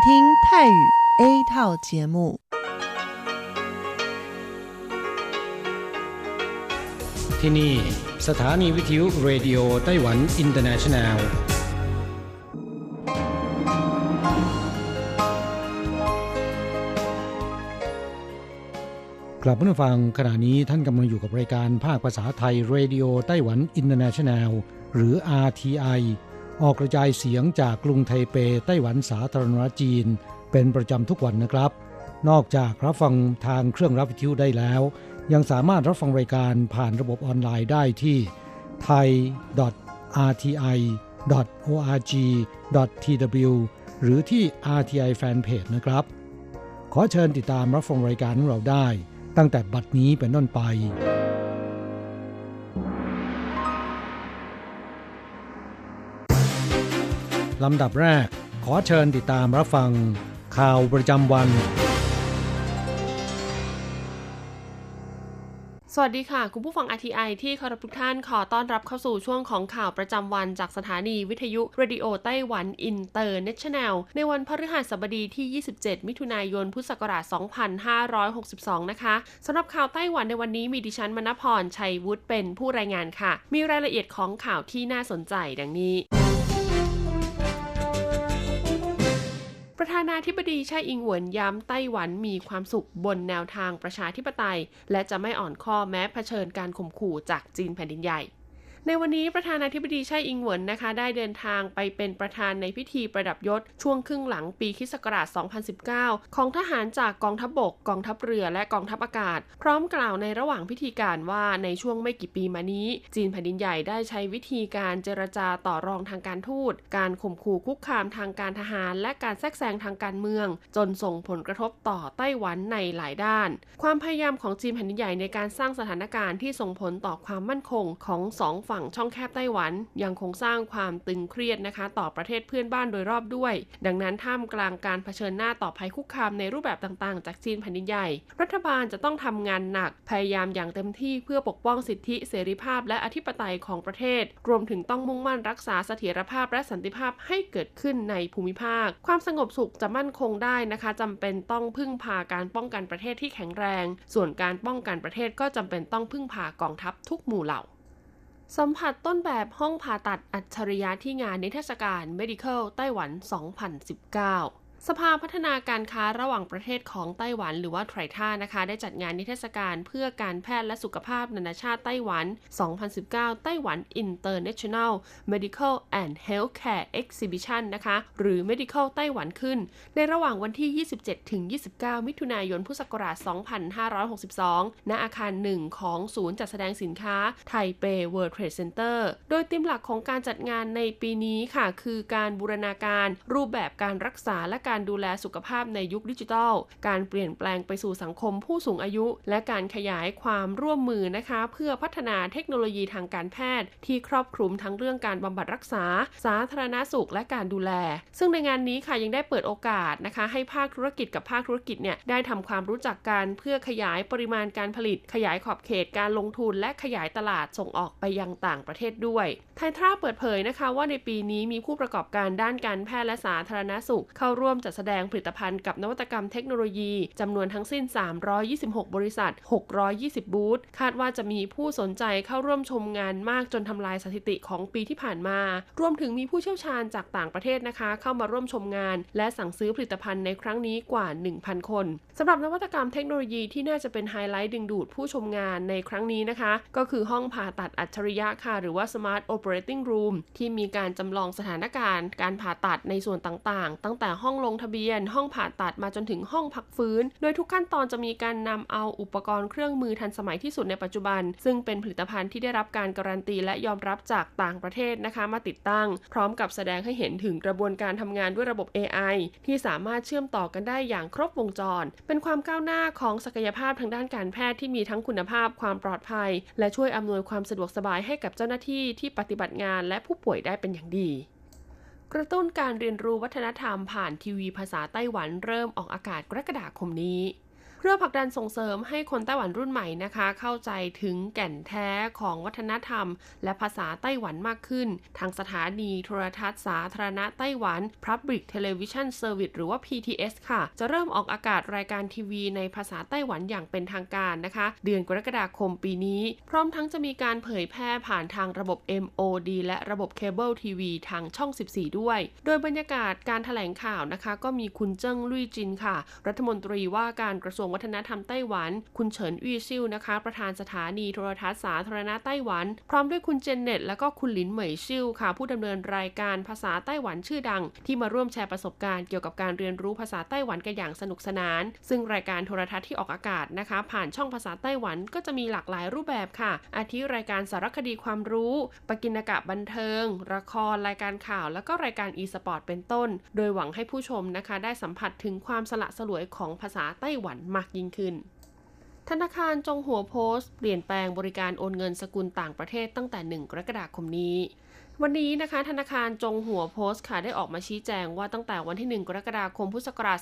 听泰语 A 套节目ที่นี่สถานีวิทยุเรดิโอไต้หวันอินเตอร์เนชั่นแนลกลับมาฟังขณะนี้ท่านกำลังอยู่กับรายการภาคภาษาไทยเรดิโอไต้หวันอินเตอร์เนชั่นแนลหรือ RTI ออกกระจายเสียงจากกรุงไทเปไต้หวันสาธารณรัฐจีนเป็นประจำทุกวันนะครับนอกจากรับฟังทางเครื่องรับวิทยุได้แล้วยังสามารถรับฟังรายการผ่านระบบออนไลน์ได้ที่ thai.rti.org.tw หรือที่ RTI Fanpage นะครับขอเชิญติดตามรับฟังรายการของเราได้ตั้งแต่บัดนี้เป็นต้นไปลำดับแรกขอเชิญติดตามรับฟังข่าวประจำวันสวัสดีค่ะคุณผู้ฟัง RTI ที่เคารพทุกท่านขอต้อนรับเข้าสู่ช่วงของข่าวประจำวันจากสถานีวิทยุเรดิโอไต้หวันอินเตอร์เนชั่นแนลในวันพฤหัสบดีที่27มิถุนายนพุทธศักราช2562นะคะสำหรับข่าวไต้หวันในวันนี้มีดิฉันมณพรชัยวุฒิเป็นผู้รายงานค่ะมีรายละเอียดของข่าวที่น่าสนใจดังนี้ประธานาธิบดีไช่อิงเหวินย้ำไต้หวันมีความสุขบนแนวทางประชาธิปไตยและจะไม่อ่อนข้อแม้เผชิญการข่มขู่จากจีนแผ่นดินใหญ่ในวันนี้ประธานาธิบดีไช่อิงเหวินนะคะได้เดินทางไปเป็นประธานในพิธีประดับยศช่วงครึ่งหลังปีค.ศ. 2019ของทหารจากกองทัพบกกองทัพเรือและกองทัพอากาศพร้อมกล่าวในระหว่างพิธีการว่าในช่วงไม่กี่ปีมานี้จีนแผ่นดินใหญ่ได้ใช้วิธีการเจรจาต่อรองทางการทูตการข่มขู่คุกคามทางการทหารและการแทรกแซงทางการเมืองจนส่งผลกระทบต่อไต้หวันในหลายด้านความพยายามของจีนแผ่นดินใหญ่ในการสร้างสถานการณ์ที่ส่งผลต่อความมั่นคงของสองฝั่งช่องแคบไต้หวันยังคงสร้างความตึงเครียดนะคะต่อประเทศเพื่อนบ้านโดยรอบด้วยดังนั้นท่ามกลางการเผชิญหน้าต่อภัยคุกคามในรูปแบบต่างๆจากจีนแผ่นดินใหญ่รัฐบาลจะต้องทำงานหนักพยายามอย่างเต็มที่เพื่อปกป้องสิทธิเสรีภาพและอธิปไตยของประเทศรวมถึงต้องมุ่งมั่นรักษาเสถียรภาพและสันติภาพให้เกิดขึ้นในภูมิภาคความสงบสุขจะมั่นคงได้นะคะจำเป็นต้องพึ่งพาการป้องกันประเทศที่แข็งแรงส่วนการป้องกันประเทศก็จำเป็นต้องพึ่งพากองทัพทุกหมู่เหล่าสัมผัสต้นแบบห้องผ่าตัดอัจฉริยะที่งานนิทรรศการ Medical ไต้หวัน 2019สภาพัฒนาการค้าระหว่างประเทศของไต้หวันหรือว่าไทรท่านะคะได้จัดงานนิทรรศการเพื่อการแพทย์และสุขภาพนานาชาติไต้หวัน 2019 ไต้หวัน International Medical and Healthcare Exhibition นะคะหรือ Medical ไต้หวันขึ้นในระหว่างวันที่ 27-29 มิถุนายนพุทธศักราช 2562 ณ อาคาร 1 ของศูนย์จัดแสดงสินค้าไทเป World Trade Center โดยธีมหลักของการจัดงานในปีนี้ค่ะคือการบูรณาการรูปแบบการรักษาและการดูแลสุขภาพในยุคดิจิทัลการเปลี่ยนแปลงไปสู่สังคมผู้สูงอายุและการขยายความร่วมมือนะคะเพื่อพัฒนาเทคโนโลยีทางการแพทย์ที่ครอบคลุมทั้งเรื่องการบำบัดรักษาสาธารณสุขและการดูแลซึ่งในงานนี้ค่ะยังได้เปิดโอกาสนะคะให้ภาคธุรกิจกับภาคธุรกิจเนี่ยได้ทำความรู้จักกันเพื่อขยายปริมาณการผลิตขยายขอบเขตการลงทุนและขยายตลาดส่งออกไปยังต่างประเทศด้วยไททราเปิดเผยนะคะว่าในปีนี้มีผู้ประกอบการด้านการแพทย์และสาธารณสุขเข้าร่วมจัดแสดงผลิตภัณฑ์กับนวัตกรรมเทคโนโลยีจำนวนทั้งสิ้น326บริษัท620บูธคาดว่าจะมีผู้สนใจเข้าร่วมชมงานมากจนทำลายสถิติของปีที่ผ่านมารวมถึงมีผู้เชี่ยวชาญจากต่างประเทศนะคะเข้ามาร่วมชมงานและสั่งซื้อผลิตภัณฑ์ในครั้งนี้กว่า 1,000 คนสำหรับนวัตกรรมเทคโนโลยีที่น่าจะเป็นไฮไลท์ดึงดูดผู้ชมงานในครั้งนี้นะคะก็คือห้องผ่าตัดอัจฉริยะค่ะหรือว่า Smart Operating Room ที่มีการจำลองสถานการณ์การผ่าตัดในส่วนต่างๆตั้งแต่ห้องลงทะเบียนห้องผ่าตัดมาจนถึงห้องพักฟื้นโดยทุกขั้นตอนจะมีการนำเอาอุปกรณ์เครื่องมือทันสมัยที่สุดในปัจจุบันซึ่งเป็นผลิตภัณฑ์ที่ได้รับการการันตีและยอมรับจากต่างประเทศนะคะมาติดตั้งพร้อมกับแสดงให้เห็นถึงกระบวนการทำงานด้วยระบบ AI ที่สามารถเชื่อมต่อกันได้อย่างครบวงจรเป็นความก้าวหน้าของศักยภาพทางด้านการแพทย์ที่มีทั้งคุณภาพความปลอดภัยและช่วยอำนวยความสะดวกสบายให้กับเจ้าหน้าที่ที่ปฏิบัติงานและผู้ป่วยได้เป็นอย่างดีกระตุ้นการเรียนรู้วัฒนธรรมผ่านทีวีภาษาไต้หวันเริ่มออกอากาศกรกฎาคมนี้พื่อผลักดันส่งเสริมให้คนไต้หวันรุ่นใหม่นะคะเข้าใจถึงแก่นแท้ของวัฒนธรรมและภาษาไต้หวันมากขึ้นทางสถานีโทรทัศน์สาธารณะไต้หวัน Public Television Service หรือว่า PTS ค่ะจะเริ่มออกอากาศรายการทีวีในภาษาไต้หวันอย่างเป็นทางการนะคะเดือนกรกฎาคมปีนี้พร้อมทั้งจะมีการเผยแพร่ผ่านทางระบบ MOD และระบบเคเบิลทีวีทางช่อง 14 ด้วยโดยบรรยากาศการแถลงข่าวนะคะก็มีคุณเจิ้งลุยจินค่ะรัฐมนตรีว่าการกระทรวงวัฒนธรรมไต้หวันคุณเฉินอี้ซิ่วนะคะประธานสถานีโทรทัศน์สาธารณะไต้หวันพร้อมด้วยคุณเจนเน็ตและก็คุณหลินเหมยซิ่วค่ะผู้ดำเนินรายการภาษาไต้หวันชื่อดังที่มาร่วมแชร์ประสบการณ์เกี่ยวกับการเรียนรู้ภาษาไต้หวันกันอย่างสนุกสนานซึ่งรายการโทรทัศน์ที่ออกอากาศนะคะผ่านช่องภาษาไต้หวันก็จะมีหลากหลายรูปแบบค่ะอาทิรายการสารคดีความรู้ปกิณกะบันเทิงละครรายการข่าวแล้วก็รายการอีสปอร์ตเป็นต้นโดยหวังให้ผู้ชมนะคะได้สัมผัสถึงความสละสลวยของภาษาไต้หวันมากยิ่งขึ้นธนาคารจงหัวโพสต์เปลี่ยนแปลงบริการโอนเงินสกุลต่างประเทศตั้งแต่1 กรกฎาคมนี้วันนี้นะคะธนาคารจงหัวโพสต์ค่ะได้ออกมาชี้แจงว่าตั้งแต่วันที่1 กรกฎาคมพุทธศักราช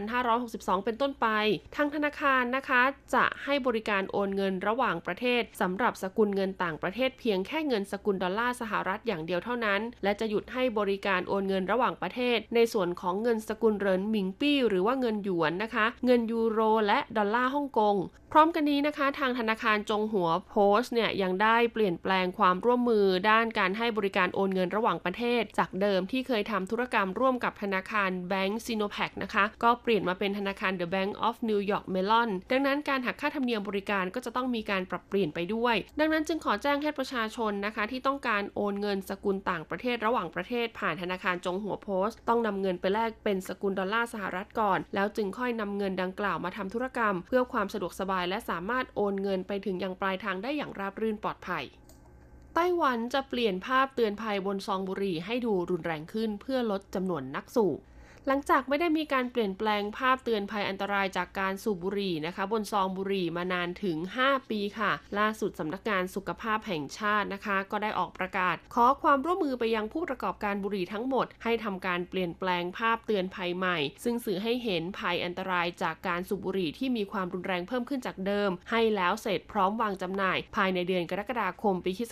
2562 เป็นต้นไปทางธนาคารนะคะจะให้บริการโอนเงินระหว่างประเทศสำหรับสกุลเงินต่างประเทศเพียงแค่เงินสกุลดอลลาร์สหรัฐอย่างเดียวเท่านั้นและจะหยุดให้บริการโอนเงินระหว่างประเทศในส่วนของเงินสกุลเหรินหมิงปี้หรือว่าเงินหยวนนะคะเงินยูโรและดอลลาร์ฮ่องกงพร้อมกันนี้นะคะทางธนาคารจงหัวโพสต์เนี่ยยังได้เปลี่ยนแปลงความร่วมมือด้านการให้บริการโอนเงินระหว่างประเทศจากเดิมที่เคยทำธุรกรรมร่วมกับธนาคารแบงก์ซิโนแพคนะคะก็เปลี่ยนมาเป็นธนาคาร The Bank of New York Mellon ดังนั้นการหักค่าธรรมเนียมบริการก็จะต้องมีการปรับเปลี่ยนไปด้วยดังนั้นจึงขอแจ้งให้ประชาชนนะคะที่ต้องการโอนเงินสกุลต่างประเทศระหว่างประเทศผ่านธนาคารจงหัวโพสต์ต้องนำเงินไปแลกเป็นสกุลดอลลาร์สหรัฐก่อนแล้วจึงค่อยนำเงินดังกล่าวมาทำธุรกรรมเพื่อความสะดวกสบายและสามารถโอนเงินไปถึงยังปลายทางได้อย่างราบรื่นปลอดภัยไต้หวันจะเปลี่ยนภาพเตือนภัยบนซองบุหรี่ให้ดูรุนแรงขึ้นเพื่อลดจำนวนนักสูบหลังจากไม่ได้มีการเปลี่ยนแปลงภาพเตือนภัยอันตรายจากการสูบบุหรี่นะคะบนซองบุหรี่มานานถึง5 ปีค่ะล่าสุดสำนักงานสุขภาพแห่งชาตินะคะก็ได้ออกประกาศขอความร่วมมือไปยังผู้ประกอบการบุหรี่ทั้งหมดให้ทำการเปลี่ยนแปลงภาพเตือนภัยใหม่ซึ่งสื่อให้เห็นภัยอันตรายจากการสูบบุหรี่ที่มีความรุนแรงเพิ่มขึ้นจากเดิมให้แล้วเสร็จพร้อมวางจำหน่ายภายในเดือนกรกฎาคมปีค.ศ.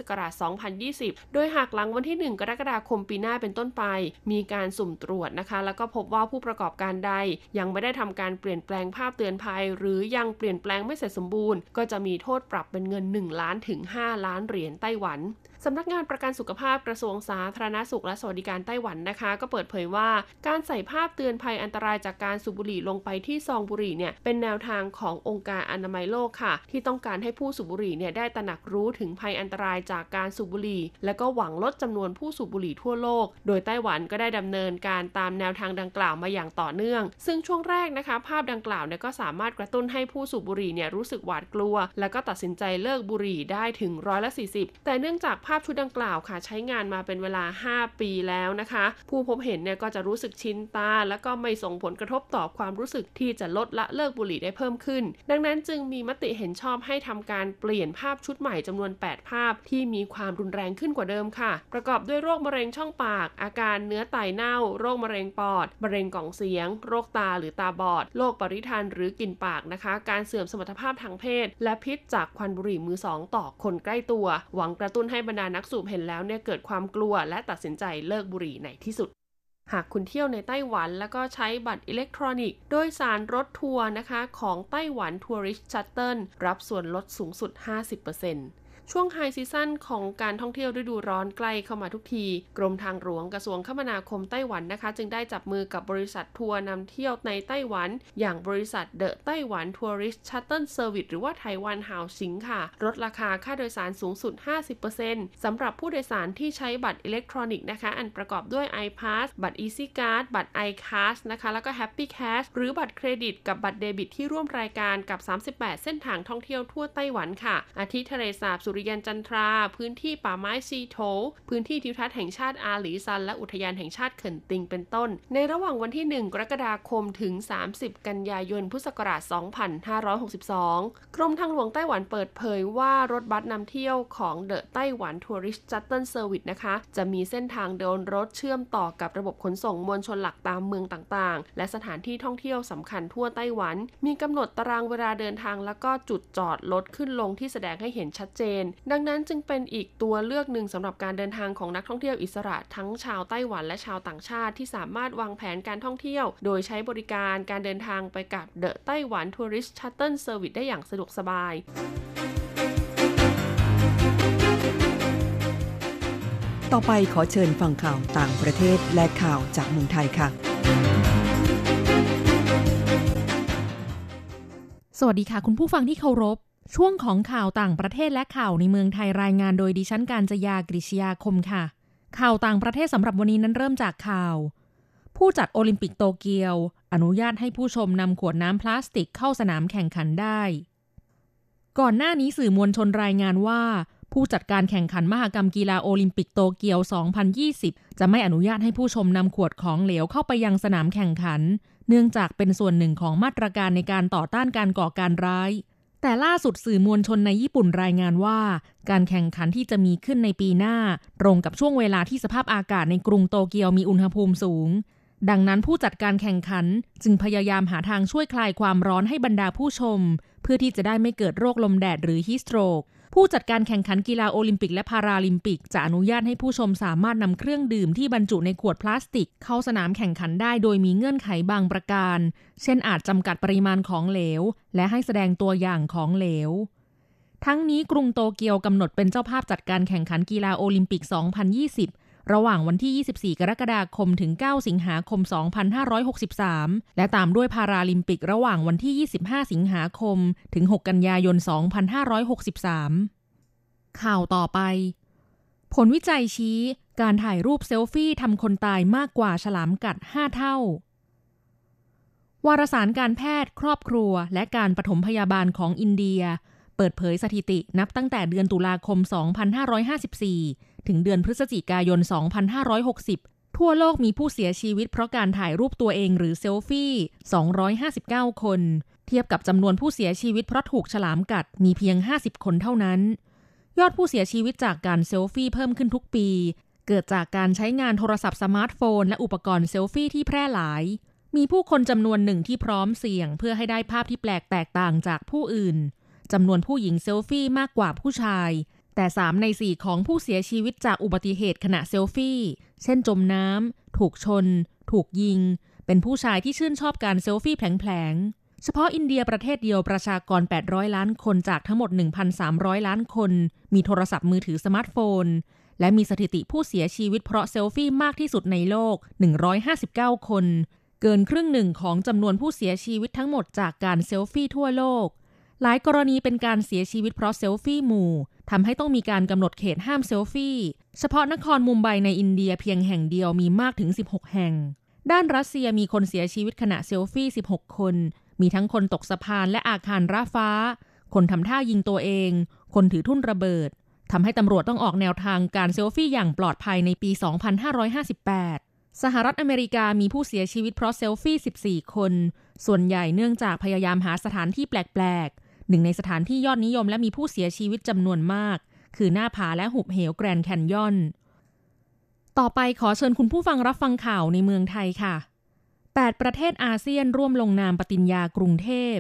2020โดยหากหลังวันที่1 กรกฎาคมปีหน้าเป็นต้นไปมีการสุ่มตรวจนะคะแล้วก็พบว่าผู้ประกอบการใดยังไม่ได้ทำการเปลี่ยนแปลงภาพเตือนภัยหรือยังเปลี่ยนแปลงไม่เสร็จสมบูรณ์ก็จะมีโทษปรับเป็นเงิน1 ล้านถึง5 ล้านเหรียญไต้หวันสำนักงานประกันสุขภาพกระทรวงสาธารณสุขและสวัสดิการไต้หวันนะคะก็เปิดเผยว่าการใส่ภาพเตือนภัยอันตรายจากการสูบบุหรี่ลงไปที่ซองบุหรี่เนี่ยเป็นแนวทางขององค์การอนามัยโลกค่ะที่ต้องการให้ผู้สูบบุหรี่เนี่ยได้ตระหนักรู้ถึงภัยอันตรายจากการสูบบุหรี่และก็หวังลดจำนวนผู้สูบบุหรี่ทั่วโลกโดยไต้หวันก็ได้ดำเนินการตามแนวทางดังกล่าวมาอย่างต่อเนื่องซึ่งช่วงแรกนะคะภาพดังกล่าวเนี่ยก็สามารถกระตุ้นให้ผู้สูบบุหรี่เนี่ยรู้สึกหวาดกลัวแล้วก็ตัดสินใจเลิกบุหรี่ได้ถึง40%แต่เนื่องจากภาพชุดดังกล่าวใช้งานมาเป็นเวลา5 ปีแล้วนะคะผู้พบเห็นเนี่ยก็จะรู้สึกชินตาแล้วก็ไม่ส่งผลกระทบต่อความรู้สึกที่จะลดละเลิกบุหรี่ได้เพิ่มขึ้นดังนั้นจึงมีมติเห็นชอบให้ทำการเปลี่ยนภาพชุดใหม่จำนวน8 ภาพที่มีความรุนแรงขึ้นกว่าเดิมค่ะประกอบด้วยโรคมะเร็งช่องปากอาการเนื้อไตเน่าโรคมะเร็งปอดมะเร็งกล่องเสียงโรคตาหรือตาบอดโรคปริทันหรือกลิ่นปากนะคะการเสื่อมสมรรถภาพทางเพศและพิษจากควันบุหรี่มือ2ต่อคนใกล้ตัวหวังกระตุ้นให้บรรดานักสูบเห็นแล้วเนี่ยเกิดความกลัวและตัดสินใจเลิกบุหรี่ในที่สุดหากคุณเที่ยวในไต้หวันแล้วก็ใช้บัตรอิเล็กทรอนิกส์โดยสารรถทัวร์นะคะของไต้หวันทัวริสต์ชัตเติลรับส่วนลดสูงสุด 50%ช่วงไฮซีซั่นของการท่องเที่ยวฤดูร้อนใกล้เข้ามาทุกทีกรมทางหลวงกระทรวงคมนาคมไต้หวันนะคะจึงได้จับมือกับบริษัททัวร์นำเที่ยวในไต้หวันอย่างบริษัทเดอะไต้หวันทัวริสต์ชัตเติลเซอร์วิสหรือว่าไต้หวันฮาวซิงค่ะลดราคาค่าโดยสารสูงสุด 50% สำหรับผู้โดยสารที่ใช้บัตรอิเล็กทรอนิกส์นะคะอันประกอบด้วย iPass บัตร Easy Card บัตร iCash นะคะแล้วก็ Happy Cash หรือบัตรเครดิตกับบัตรเดบิตที่ร่วมรายการกับ38เส้นทางท่องเที่ยวทั่วไต้หวันค่ะอาทิทะเลสาบสุริยันจันทราพื้นที่ป่าไม้ซีโถพื้นที่ทิวทัศน์แห่งชาติอาหลีซันและอุทยานแห่งชาติเขินติงเป็นต้นในระหว่างวันที่1 กรกฎาคมถึง30 กันยายนพุทธศักราช 2562 กรมทางหลวงไต้หวันเปิดเผยว่ารถบัสนำเที่ยวของเดอะไต้หวันทัวริสต์ชัตเติลเซอร์วิสนะคะจะมีเส้นทางเดินรถเชื่อมต่อกับระบบขนส่งมวลชนหลักตามเมืองต่างๆและสถานที่ท่องเที่ยวสำคัญทั่วไต้หวันมีกำหนดตารางเวลาเดินทางแล้วก็จุดจอดรถขึ้นลงที่แสดงให้เห็นชัดเจนดังนั้นจึงเป็นอีกตัวเลือกหนึ่งสำหรับการเดินทางของนักท่องเที่ยวอิสระทั้งชาวไต้หวันและชาวต่างชาติที่สามารถวางแผนการท่องเที่ยวโดยใช้บริการการเดินทางไปกับเดอะไต้หวันทัวริสต์ชัตเติลเซอร์วิสได้อย่างสะดวกสบายต่อไปขอเชิญฟังข่าวต่างประเทศและข่าวจากเมืองไทยค่ะสวัสดีค่ะคุณผู้ฟังที่เคารพช่วงของข่าวต่างประเทศและข่าวในเมืองไทยรายงานโดยดิฉันกาญจยากฤษยาคมค่ะข่าวต่างประเทศสำหรับวันนี้นั้นเริ่มจากข่าวผู้จัดโอลิมปิกโตเกียวอนุญาตให้ผู้ชมนำขวดน้ำพลาสติกเข้าสนามแข่งขันได้ก่อนหน้านี้สื่อมวลชนรายงานว่าผู้จัดการแข่งขันมหกรรมกีฬาโอลิมปิกโตเกียว 2020 จะไม่อนุญาตให้ผู้ชมนำขวดของเหลวเข้าไปยังสนามแข่งขันเนื่องจากเป็นส่วนหนึ่งของมาตรการในการต่อต้านการก่อการร้ายแต่ล่าสุดสื่อมวลชนในญี่ปุ่นรายงานว่าการแข่งขันที่จะมีขึ้นในปีหน้าตรงกับช่วงเวลาที่สภาพอากาศในกรุงโตเกียวมีอุณหภูมิสูงดังนั้นผู้จัดการแข่งขันจึงพยายามหาทางช่วยคลายความร้อนให้บรรดาผู้ชมเพื่อที่จะได้ไม่เกิดโรคลมแดดหรือฮีทสโตรกผู้จัดการแข่งขันกีฬาโอลิมปิกและพาราลิมปิกจะอนุญาตให้ผู้ชมสามารถนำเครื่องดื่มที่บรรจุในขวดพลาสติกเข้าสนามแข่งขันได้โดยมีเงื่อนไขบางประการเช่นอาจจำกัดปริมาณของเหลวและให้แสดงตัวอย่างของเหลวทั้งนี้กรุงโตเกียวกำหนดเป็นเจ้าภาพจัดการแข่งขันกีฬาโอลิมปิก 2020 ระหว่างวันที่ 24 กรกฎาคมถึง 9 สิงหาคม 2563 และตามด้วยพาราลิมปิกระหว่างวันที่ 25 สิงหาคมถึง 6 กันยายน 2563 ข่าวต่อไปผลวิจัยชี้การถ่ายรูปเซลฟี่ทำคนตายมากกว่าฉลามกัด 5 เท่าวารสารการแพทย์ครอบครัวและการปฐมพยาบาลของอินเดียเปิดเผยสถิตินับตั้งแต่เดือนตุลาคม 2554 ถึงเดือนพฤศจิกายน 2560 ทั่วโลกมีผู้เสียชีวิตเพราะการถ่ายรูปตัวเองหรือเซลฟี่ 259 คนเทียบกับจำนวนผู้เสียชีวิตเพราะถูกฉลามกัดมีเพียง 50 คนเท่านั้นยอดผู้เสียชีวิตจากการเซลฟี่เพิ่มขึ้นทุกปีเกิดจากการใช้งานโทรศัพท์สมาร์ทโฟนและอุปกรณ์เซลฟี่ที่แพร่หลายมีผู้คนจำนวนหนึ่งที่พร้อมเสี่ยงเพื่อให้ได้ภาพที่แปลกแตกต่างจากผู้อื่นจำนวนผู้หญิงเซลฟี่มากกว่าผู้ชายแต่3 ใน 4ของผู้เสียชีวิตจากอุบัติเหตุขณะเซลฟี่เช่นจมน้ำถูกชนถูกยิงเป็นผู้ชายที่ชื่นชอบการเซลฟี่แผลงๆเฉพาะอินเดียประเทศเดียวประชากร800ล้านคนจากทั้งหมด 1,300 ล้านคนมีโทรศัพท์มือถือสมาร์ทโฟนและมีสถิติผู้เสียชีวิตเพราะเซลฟี่มากที่สุดในโลก159คนเกินครึ่งหนึ่งของจำนวนผู้เสียชีวิตทั้งหมดจากการเซลฟี่ทั่วโลกหลายกรณีเป็นการเสียชีวิตเพราะเซลฟี่หมู่ทำให้ต้องมีการกำหนดเขตห้ามเซลฟี่เฉพาะนครมุมไบในอินเดียเพียงแห่งเดียวมีมากถึง16แห่งด้านรัสเซียมีคนเสียชีวิตขณะเซลฟี่16คนมีทั้งคนตกสะพานและอาคารราฟ้าคนทำท่ายิงตัวเองคนถือทุ่นระเบิดทำให้ตำรวจต้องออกแนวทางการเซลฟี่อย่างปลอดภัยในปี 2558 สหรัฐอเมริกามีผู้เสียชีวิตเพราะเซลฟี่14คนส่วนใหญ่เนื่องจากพยายามหาสถานที่แปลกๆหนึ่งในสถานที่ยอดนิยมและมีผู้เสียชีวิตจำนวนมากคือหน้าผาและหุบเหวแกรนด์แคนยอนต่อไปขอเชิญคุณผู้ฟังรับฟังข่าวในเมืองไทยค่ะ8 ประเทศอาเซียนร่วมลงนามปฏิญญากรุงเทพ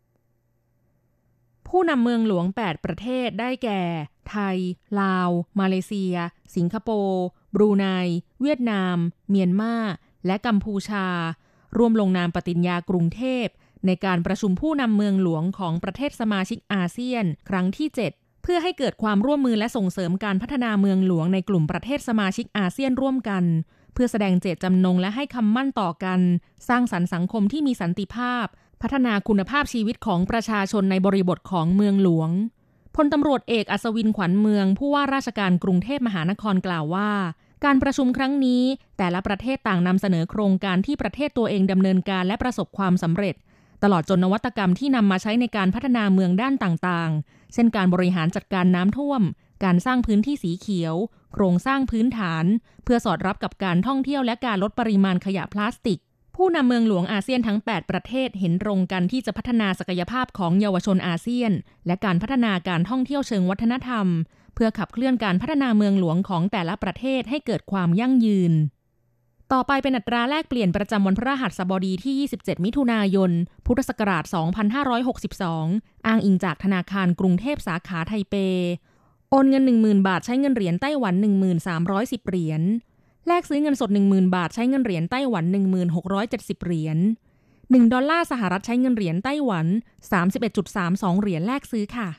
ผู้นำเมืองหลวง8 ประเทศได้แก่ไทยลาวมาเลเซียสิงคโปร์บรูไนเวียดนามเมียนมาและกัมพูชาร่วมลงนามปฏิญญากรุงเทพในการประชุมผู้นำเมืองหลวงของประเทศสมาชิกอาเซียนครั้งที่ 7เพื่อให้เกิดความร่วมมือและส่งเสริมการพัฒนาเมืองหลวงในกลุ่มประเทศสมาชิกอาเซียนร่วมกันเพื่อแสดงเจตจำนงและให้คำมั่นต่อกันสร้างสรรค์สังคมที่มีสันติภาพพัฒนาคุณภาพชีวิตของประชาชนในบริบทของเมืองหลวงพลตำรวจเอกอัศวินขวัญเมืองผู้ว่าราชการกรุงเทพมหานครกล่าวว่าการประชุมครั้งนี้แต่ละประเทศต่างนำเสนอโครงการที่ประเทศตัวเองดำเนินการและประสบความสำเร็จตลอดจนนวัตกรรมที่นำมาใช้ในการพัฒนาเมืองด้านต่างๆเช่นการบริหารจัดการน้ำท่วมการสร้างพื้นที่สีเขียวโครงสร้างพื้นฐานเพื่อสอดรับกับการท่องเที่ยวและการลดปริมาณขยะพลาสติกผู้นำเมืองหลวงอาเซียนทั้ง8ประเทศเห็นตรงกันที่จะพัฒนาศักยภาพของเยาวชนอาเซียนและการพัฒนาการท่องเที่ยวเชิงวัฒนธรรมเพื่อขับเคลื่อนการพัฒนาเมืองหลวงของแต่ละประเทศให้เกิดความยั่งยืนต่อไปเป็นอัตราแลกเปลี่ยนประจำวันพฤหัสบดีที่27มิถุนายนพุทธศักราช2562อ้างอิงจากธนาคารกรุงเทพสาขาไทเปโอนเงิน 10,000 บาทใช้เงินเหรียญไต้หวัน 1310 เหรียญแลกซื้อเงินสด 10,000 บาทใช้เงินเหรียญไต้หวัน 1670 เหรียญ1ดอลลาร์สหรัฐใช้เงินเหรียญไต้หวัน 31.32 เหรียญแลกซื้อค่ะ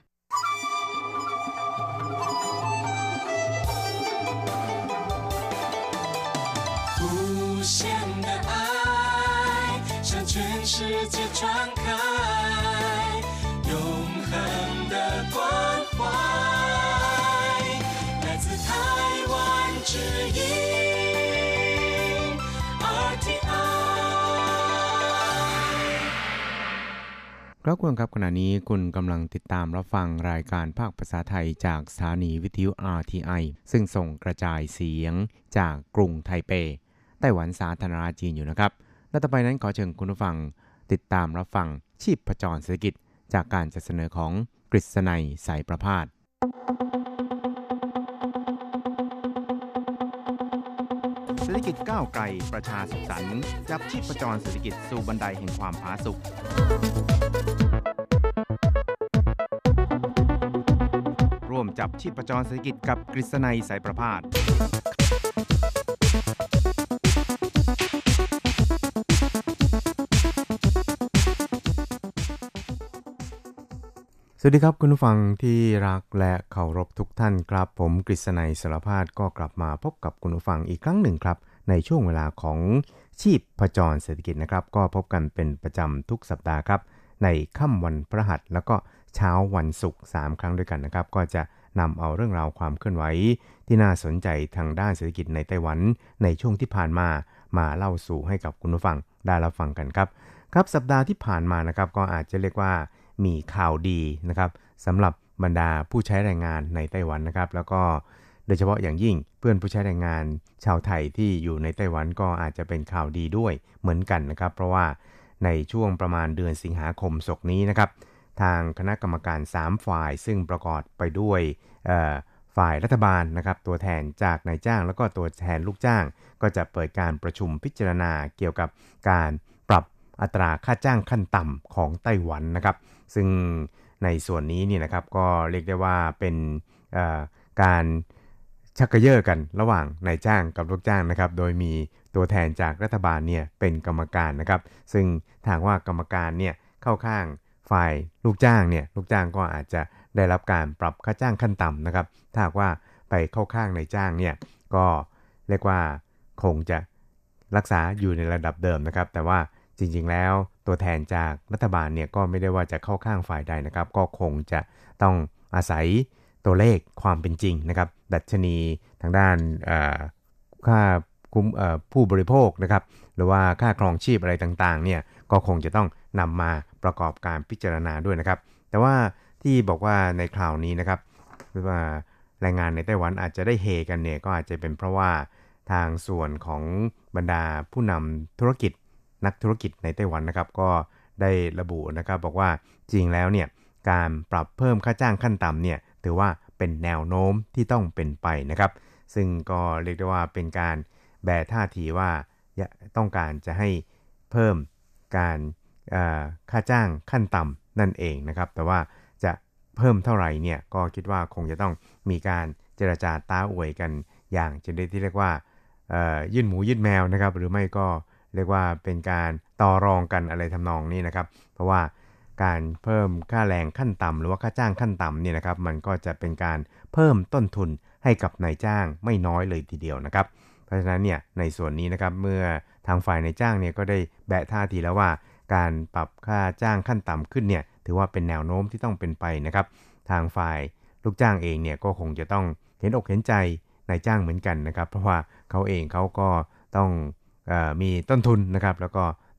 全世界传开永恒的关怀来自台湾之音 RTI ครับคุณครับขณะนี้คุณกำลังติดตามรับฟังรายการภาคภาษาไทยจากสถานีวิทยุ RTI ซึ่งส่งกระจายเสียงจากกรุงไทเปไต้หวันสาธารณรัฐจีนอยู่นะครับและต่อไปนั้นขอเชิญคุณผู้ฟังติดตามรับฟังชีพจรเศรษฐกิจจากการจัดเสนอของกฤษณัยสายประภาสเศรษฐกิจก้าวไกลประชาสุขสันต์จับชีพจรเศรษฐกิจสู่บันไดแห่งความผาสุกร่วมจับชีพจรเศรษฐกิจกับกฤษณัยสายประภาสสวัสดีครับคุณผู้ฟังที่รักและเคารพทุกท่านครับผมกฤษณัยสารพาสก็กลับมาพบกับคุณผู้ฟังอีกครั้งหนึ่งครับในช่วงเวลาของชีพจรเศรษฐกิจนะครับก็พบกันเป็นประจำทุกสัปดาห์ครับในค่ำวันพฤหัสแล้วก็เช้าวันศุกร์3ครั้งด้วยกันนะครับก็จะนำเอาเรื่องราวความเคลื่อนไหวที่น่าสนใจทางด้านเศรษฐกิจในไต้หวันในช่วงที่ผ่านมาเล่าสู่ให้กับคุณผู้ฟังได้รับฟังกันครับครับสัปดาห์ที่ผ่านมานะครับก็อาจจะเรียกว่ามีข่าวดีนะครับสำหรับบรรดาผู้ใช้แรงงานในไต้หวันนะครับแล้วก็โดยเฉพาะอย่างยิ่งเพื่อนผู้ใช้แรงงานชาวไทยที่อยู่ในไต้หวันก็อาจจะเป็นข่าวดีด้วยเหมือนกันนะครับเพราะว่าในช่วงประมาณเดือนสิงหาคมศกนี้นะครับทางคณะกรรมการ3ฝ่ายซึ่งประกอบไปด้วยฝ่ายรัฐบาลนะครับตัวแทนจากนายจ้างแล้วก็ตัวแทนลูกจ้างก็จะเปิดการประชุมพิจารณาเกี่ยวกับการปรับอัตราค่าจ้างขั้นต่ำของไต้หวันนะครับซึ่งในส่วนนี้นี่นะครับก็เรียกได้ว่าเป็นการชักกระเยาะกันระหว่างนายจ้างกับลูกจ้างนะครับโดยมีตัวแทนจากรัฐบาลเนี่ยเป็นกรรมการนะครับซึ่งทางว่ากรรมการเนี่ยเข้าข้างฝ่ายลูกจ้างเนี่ยลูกจ้างก็อาจจะได้รับการปรับค่าจ้างขั้นต่ำนะครับถ้าว่าไปเข้าข้างนายจ้างเนี่ยก็เรียกว่าคงจะรักษาอยู่ในระดับเดิมนะครับแต่ว่าจริงๆแล้วตัวแทนจากรัฐบาลเนี่ยก็ไม่ได้ว่าจะเข้าข้างฝ่ายใดนะครับก็คงจะต้องอาศัยตัวเลขความเป็นจริงนะครับดัชนีทางด้านค่าคุ้มผู้บริโภคนะครับหรือว่าค่าครองชีพอะไรต่างๆเนี่ยก็คงจะต้องนำมาประกอบการพิจารณาด้วยนะครับแต่ว่าที่บอกว่าในคราวนี้นะครับว่าแรงงานในไต้หวันอาจจะได้เฮกันเนี่ยก็อาจจะเป็นเพราะว่าทางส่วนของบรรดาผู้นำธุรกิจนักธุรกิจในไต้หวันนะครับก็ได้ระบุนะครับบอกว่าจริงแล้วเนี่ยการปรับเพิ่มค่าจ้างขั้นต่ำเนี่ยถือว่าเป็นแนวโน้มที่ต้องเป็นไปนะครับซึ่งก็เรียกได้ว่าเป็นการแบท่าทีว่าต้องการจะให้เพิ่มการค่าจ้างขั้นต่ำนั่นเองนะครับแต่ว่าจะเพิ่มเท่าไหร่เนี่ยก็คิดว่าคงจะต้องมีการเจรจาต้าอวยกันอย่างชนิดที่เรียกว่ายื่นหมูยื่นแมวนะครับหรือไม่ก็เรียกว่าเป็นการต่อรองกันอะไรทำนองนี้นะครับเพราะว่าการเพิ่มค่าแรงขั้นต่ำหรือว่าค่าจ้างขั้นต่ำเนี่ยนะครับมันก็จะเป็นการเพิ่มต้นทุนให้กับนายจ้างไม่น้อยเลยทีเดียวนะครับเพราะฉะนั้นเนี่ยในส่วนนี้นะครับเมื่อทางฝ่ายนายจ้างเนี่ยก็ได้แบะท่าทีแล้วว่าการปรับค่าจ้างขั้นต่ำขึ้นเนี่ยถือว่าเป็นแนวโน้มที่ต้องเป็นไปนะครับทางฝ่ายลูกจ้างเองเนี่ยก็คงจะต้องเห็นอกเห็นใจนายจ้างเหมือนกันนะครับเพราะว่าเขาเองเขาก็ต้องมีต้นทุนนะครับแล้วก็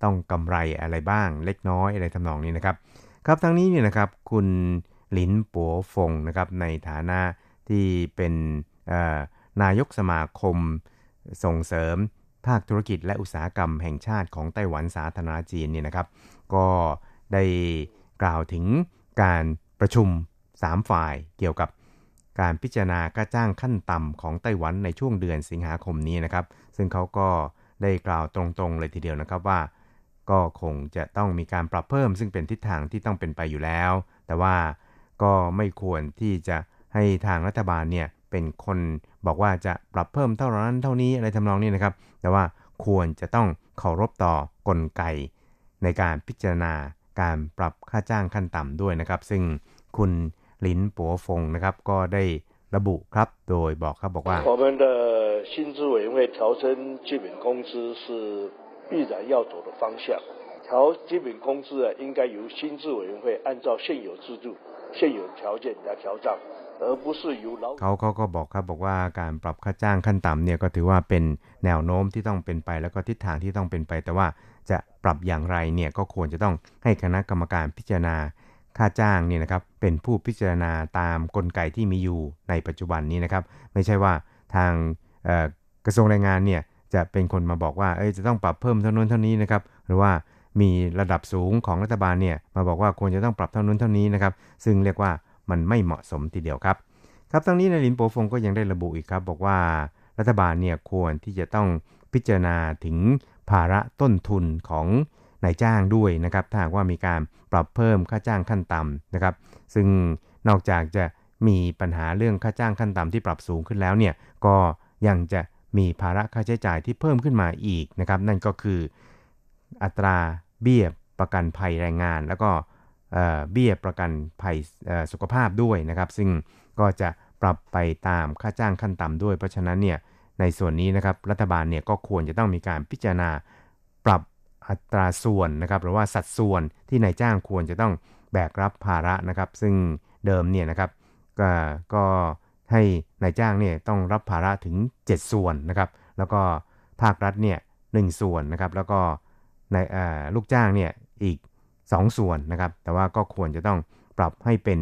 ต้องกำไรอะไรบ้างเล็กน้อยอะไรทำนองนี้นะครับครับทั้งนี้เนี่ยนะครับคุณหลินปัวฟงนะครับในฐานะที่เป็นนายกสมาคมส่งเสริมภาคธุรกิจและอุตสาหกรรมแห่งชาติของไต้หวันสาธารณรัฐจีนเนี่ยนะครับก็ได้กล่าวถึงการประชุม3ฝ่ายเกี่ยวกับการพิจารณาค่าจ้างขั้นต่ำของไต้หวันในช่วงเดือนสิงหาคมนี้นะครับซึ่งเขาก็ได้กล่าวตรงๆเลยทีเดียวนะครับว่าก็คงจะต้องมีการปรับเพิ่มซึ่งเป็นทิศทางที่ต้องเป็นไปอยู่แล้วแต่ว่าก็ไม่ควรที่จะให้ทางรัฐบาลเนี่ยเป็นคนบอกว่าจะปรับเพิ่มเท่านั้นเท่านี้อะไรทำนองนี้นะครับแต่ว่าควรจะต้องเคารพต่อกลไกในการพิจารณาการปรับค่าจ้างขั้นต่ำด้วยนะครับซึ่งคุณหลินปัวฟงนะครับก็ได้ระบุครับโดยบอกว่า我们的薪资委员会调升基本工资是必然要走的方向调基本工资应该由薪资委员会按照现有制度现有条件来调整而不是由劳เขาก็บอกว่าการปรับค่าจ้างขั้นต่ำเนี่ยก็ถือว่าเป็นแนวโน้มที่ต้องเป็นไปแล้วก็ทิศทางที่ต้องเป็นไปแต่ว่าจะปรับอย่างไรเนี่ยก็ควรจะต้องให้คณะกรรมการพิจารณาค่าจ้างเนี่ยนะครับเป็นผู้พิจารณาตามกลไกที่มีอยู่ในปัจจุบันนี้นะครับไม่ใช่ว่าทางกระทรวงแรงงานเนี่ยจะเป็นคนมาบอกว่าจะต้องปรับเพิ่มเท่านั้นเท่านี้นะครับหรือว่ามีระดับสูงของรัฐบาลเนี่ยมาบอกว่าควรจะต้องปรับเท่านั้นเท่านี้นะครับซึ่งเรียกว่ามันไม่เหมาะสมทีเดียวครับทั้งนี้นายหลินปัวฟงก็ยังได้ระบุอีกครับบอกว่ารัฐบาลเนี่ยควรที่จะต้องพิจารณาถึงภาระต้นทุนของนายจ้างด้วยนะครับถ้าหากว่ามีการปรับเพิ่มค่าจ้างขั้นต่ำนะครับซึ่งนอกจากจะมีปัญหาเรื่องค่าจ้างขั้นต่ำที่ปรับสูงขึ้นแล้วเนี่ยก็ยังจะมีภาระค่าใช้จ่ายที่เพิ่มขึ้นมาอีกนะครับนั่นก็คืออัตราเบี้ยประกันภัยแรงงานแล้วก็เบี้ยประกันภัยสุขภาพด้วยนะครับซึ่งก็จะปรับไปตามค่าจ้างขั้นต่ำด้วยเพราะฉะนั้นเนี่ยในส่วนนี้นะครับรัฐบาลเนี่ยก็ควรจะต้องมีการพิจารณาปรับอัตราส่วนนะครับหรือว่าสัดส่วนที่นายจ้างควรจะต้องแบกรับภาระนะครับซึ่งเดิมเนี่ยนะครับก็ให้นายจ้างเนี่ยต้องรับภาระถึง7ส่วนนะครับแล้วก็ภาครัฐเนี่ย1ส่วนนะครับแล้วก็ในลูกจ้างเนี่ยอีก2ส่วนนะครับแต่ว่าก็ควรจะต้องปรับให้เป็น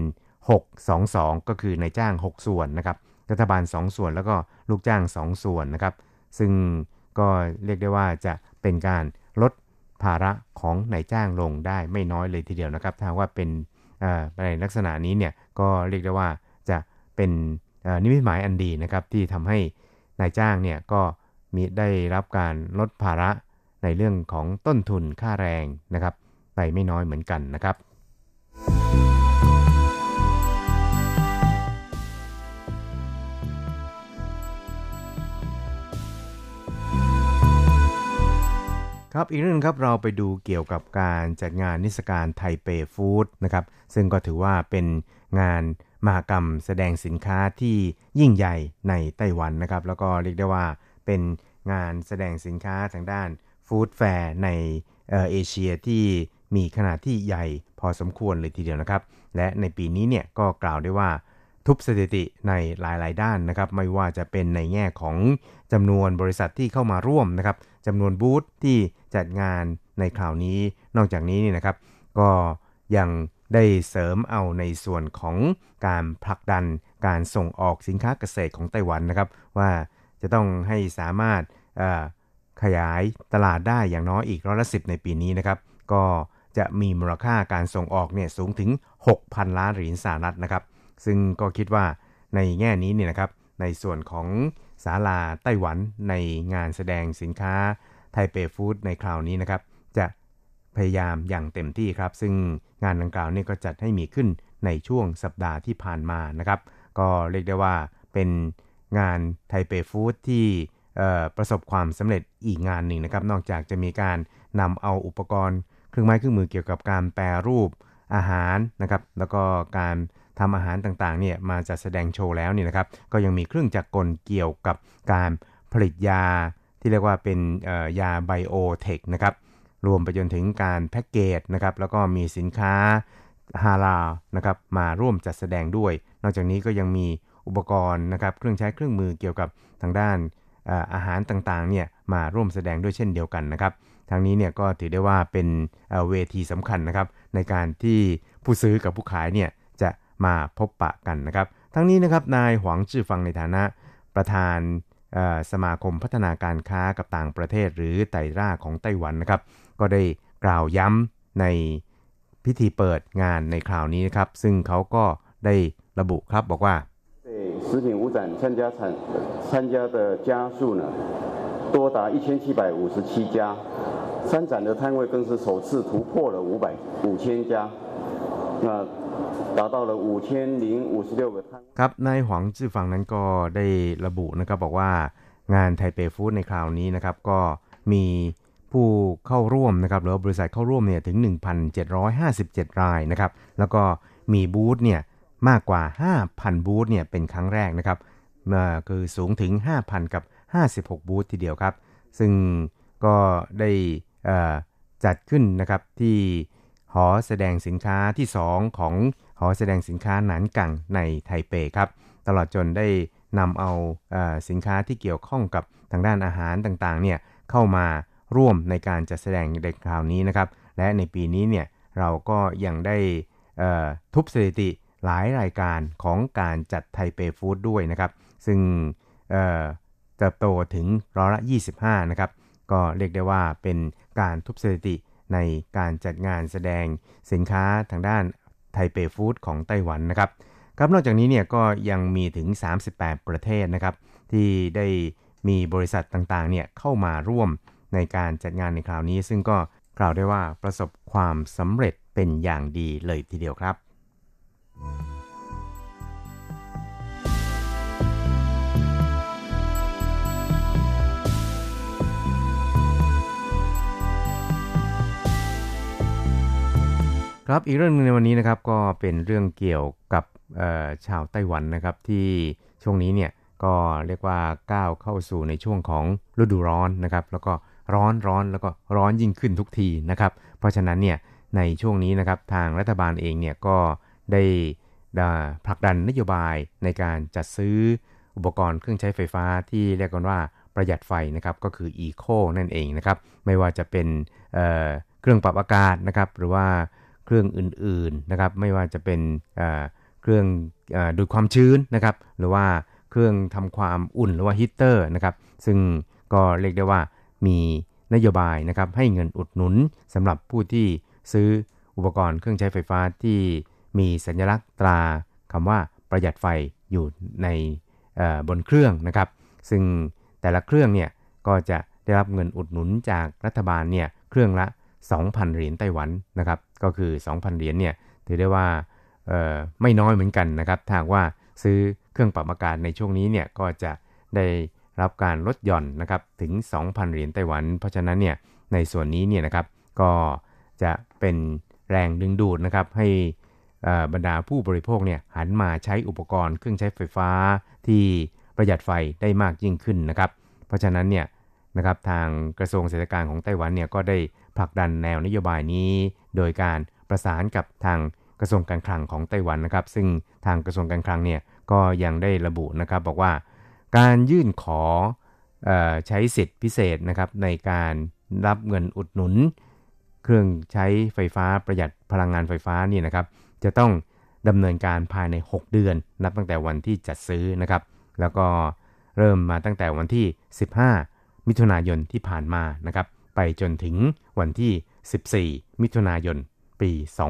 6-2-2ก็คือนายจ้าง6ส่วนนะครับรัฐบาล2ส่วนแล้วก็ลูกจ้าง2ส่วนนะครับซึ่งก็เรียกได้ว่าจะเป็นการลดภาระของนายจ้างลงได้ไม่น้อยเลยทีเดียวนะครับถ้าว่าเป็นในลักษณะนี้เนี่ยก็เรียกได้ว่าจะเป็นนิมิตหมายอันดีนะครับที่ทำให้นายจ้างเนี่ยก็มีได้รับการลดภาระในเรื่องของต้นทุนค่าแรงนะครับไปไม่น้อยเหมือนกันนะครับครับอีกเรื่องครับเราไปดูเกี่ยวกับการจัดงานนิทรรศการไทเปฟู้ดนะครับซึ่งก็ถือว่าเป็นงานมหกรรมแสดงสินค้าที่ยิ่งใหญ่ในไต้หวันนะครับแล้วก็เรียกได้ว่าเป็นงานแสดงสินค้าทางด้านฟู้ดแฟร์ในเอเชียที่มีขนาดที่ใหญ่พอสมควรเลยทีเดียวนะครับและในปีนี้เนี่ยก็กล่าวได้ว่าทุบสถิติในหลายๆด้านนะครับไม่ว่าจะเป็นในแง่ของจำนวนบริษัทที่เข้ามาร่วมนะครับจำนวนบูธที่จัดงานในคราวนี้นอกจากนี้นี่นะครับก็ยังได้เสริมเอาในส่วนของการผลักดันการส่งออกสินค้าเกษตรของไต้หวันนะครับว่าจะต้องให้สามารถขยายตลาดได้อย่างน้อยอีก10%ในปีนี้นะครับก็จะมีมูลค่าการส่งออกเนี่ยสูงถึง 6,000 ล้านเหรียญสหรัฐนะครับซึ่งก็คิดว่าในแง่นี้เนี่ยนะครับในส่วนของศาลาไต้หวันในงานแสดงสินค้าไทเปฟู้ดในคราวนี้นะครับจะพยายามอย่างเต็มที่ครับซึ่งงานดังกล่าวนี่ก็จัดให้มีขึ้นในช่วงสัปดาห์ที่ผ่านมานะครับก็เรียกได้ว่าเป็นงานไทเปฟู้ดที่ประสบความสำเร็จอีกงานหนึ่งนะครับนอกจากจะมีการนำเอาอุปกรณ์เครื่องไม้เครื่องมือเกี่ยวกับการแปรรูปอาหารนะครับแล้วก็การทำอาหารต่างๆเนี่ยมาจัดแสดงโชว์แล้วนี่นะครับก็ยังมีเครื่องจักรกลเกี่ยวกับการผลิตยาที่เรียกว่าเป็นยาไบโอเทคนะครับรวมไปจนถึงการแพ็กเกจนะครับแล้วก็มีสินค้าฮาลาลนะครับมาร่วมจัดแสดงด้วยนอกจากนี้ก็ยังมีอุปกรณ์นะครับเครื่องใช้เครื่องมือเกี่ยวกับทางด้านอาหารต่างๆเนี่ยมาร่วมแสดงด้วยเช่นเดียวกันนะครับทางนี้เนี่ยก็ถือได้ว่าเป็นเวทีสำคัญนะครับในการที่ผู้ซื้อกับผู้ขายเนี่ยจะมาพบปะกันนะครับทั้งนี้นะครับนายหวังจื้อฟังในฐานะประธานสมาคมพัฒนาการค้ากับต่างประเทศหรือไต่ร่าของไต้หวันนะครับก็ได้กล่าวย้ำในพิธีเปิดงานในคราวนี้นะครับซึ่งเขาก็ได้ระบุครับบอกว่า食品五展参加的家数呢多达1757家三展的摊位更是首次突破了5000家那达到了5056个摊位ครับนายหวังจื้อฟังนั้นก็ได้ระบุนะครับบอกว่างานไทเปฟู้ดในคราวนี้นะครับก็มีผู้เข้าร่วมนะครับหรือบริษัทเข้าร่วมเนี่ยถึง 1,757 รายนะครับแล้วก็มีบูธเนี่ยมากกว่า 5,000 บูธเนี่ยเป็นครั้งแรกนะครับคือสูงถึง 5,000 กับ56 บูธทีเดียวครับซึ่งก็ได้จัดขึ้นนะครับที่หอแสดงสินค้าที่2ของหอแสดงสินค้าหนานกังในไทเปครับตลอดจนได้นำเอาสินค้าที่เกี่ยวข้องกับทางด้านอาหารต่างๆเนี่ยเข้ามาร่วมในการจัดแสดงในคราวนี้นะครับและในปีนี้เนี่ยเราก็ยังได้ทุบสถิติหลายรายการของการจัดไทเปฟู้ดด้วยนะครับซึ่งเติบโตถึง25%นะครับก็เรียกได้ว่าเป็นการทุบสถิติในการจัดงานแสดงสินค้าทางด้านไทเปฟู้ดของไต้หวันนะครับครับนอกจากนี้เนี่ยก็ยังมีถึง38ประเทศนะครับที่ได้มีบริษัทต่างๆเนี่ยเข้ามาร่วมในการจัดงานในคราวนี้ซึ่งก็กล่าวได้ว่าประสบความสำเร็จเป็นอย่างดีเลยทีเดียวครับครับอีกเรื่องนึงในวันนี้นะครับก็เป็นเรื่องเกี่ยวกับชาวไต้หวันนะครับที่ช่วงนี้เนี่ยก็เรียกว่าก้าวเข้าสู่ในช่วงของฤดูร้อนนะครับแล้วก็ร้อนแล้วก็ร้อนยิ่งขึ้นทุกทีนะครับเพราะฉะนั้นเนี่ยในช่วงนี้นะครับทางรัฐบาลเองเนี่ยก็ได้ผลักดันนโยบายในการจัดซื้ออุปกรณ์เครื่องใช้ไฟฟ้าที่เรียกกันว่าประหยัดไฟนะครับก็คือ Eco นั่นเองนะครับไม่ว่าจะเป็นเครื่องปรับอากาศนะครับหรือว่าเครื่องอื่นๆนะครับไม่ว่าจะเป็นเครื่องดูดความชื้นนะครับหรือว่าเครื่องทำความอุ่นหรือว่าฮีตเตอร์นะครับซึ่งก็เรียกได้ว่ามีนโยบายนะครับให้เงินอุดหนุนสำหรับผู้ที่ซื้ออุปกรณ์เครื่องใช้ไฟฟ้าที่มีสัญลักษณ์ตราคำว่าประหยัดไฟอยู่ในบนเครื่องนะครับซึ่งแต่ละเครื่องเนี่ยก็จะได้รับเงินอุดหนุนจากรัฐบาลเนี่ยเครื่องละ 2,000 เหรียญไต้หวันนะครับก็คือ 2,000 เหรียญเนี่ยถือได้ว่าไม่น้อยเหมือนกันนะครับถ้าว่าซื้อเครื่องปรับอากาศในช่วงนี้เนี่ยก็จะได้รับการลดหย่อนนะครับถึง 2,000 เหรียญไต้หวันเพราะฉะนั้นเนี่ยในส่วนนี้เนี่ยนะครับก็จะเป็นแรงดึงดูดนะครับให้บรรดาผู้บริโภคเนี่ยหันมาใช้อุปกรณ์เครื่องใช้ไฟฟ้าที่ประหยัดไฟได้มากยิ่งขึ้นนะครับเพราะฉะนั้นเนี่ยนะครับทางกระทรวงเศรษฐกิจของไต้หวันเนี่ยก็ได้ผลักดันแนวนโยบายนี้โดยการประสานกับทางกระทรวงการคลังของไต้หวันนะครับซึ่งทางกระทรวงการคลังเนี่ยก็ยังได้ระบุนะครับบอกว่าการยื่นขอใช้สิทธิพิเศษนะครับในการรับเงินอุดหนุนเครื่องใช้ไฟฟ้าประหยัดพลังงานไฟฟ้านี่นะครับจะต้องดำเนินการภายใน6เดือนนับตั้งแต่วันที่จัดซื้อนะครับแล้วก็เริ่มมาตั้งแต่วันที่15มิถุนายนที่ผ่านมานะครับไปจนถึงวันที่14มิถุนายนปี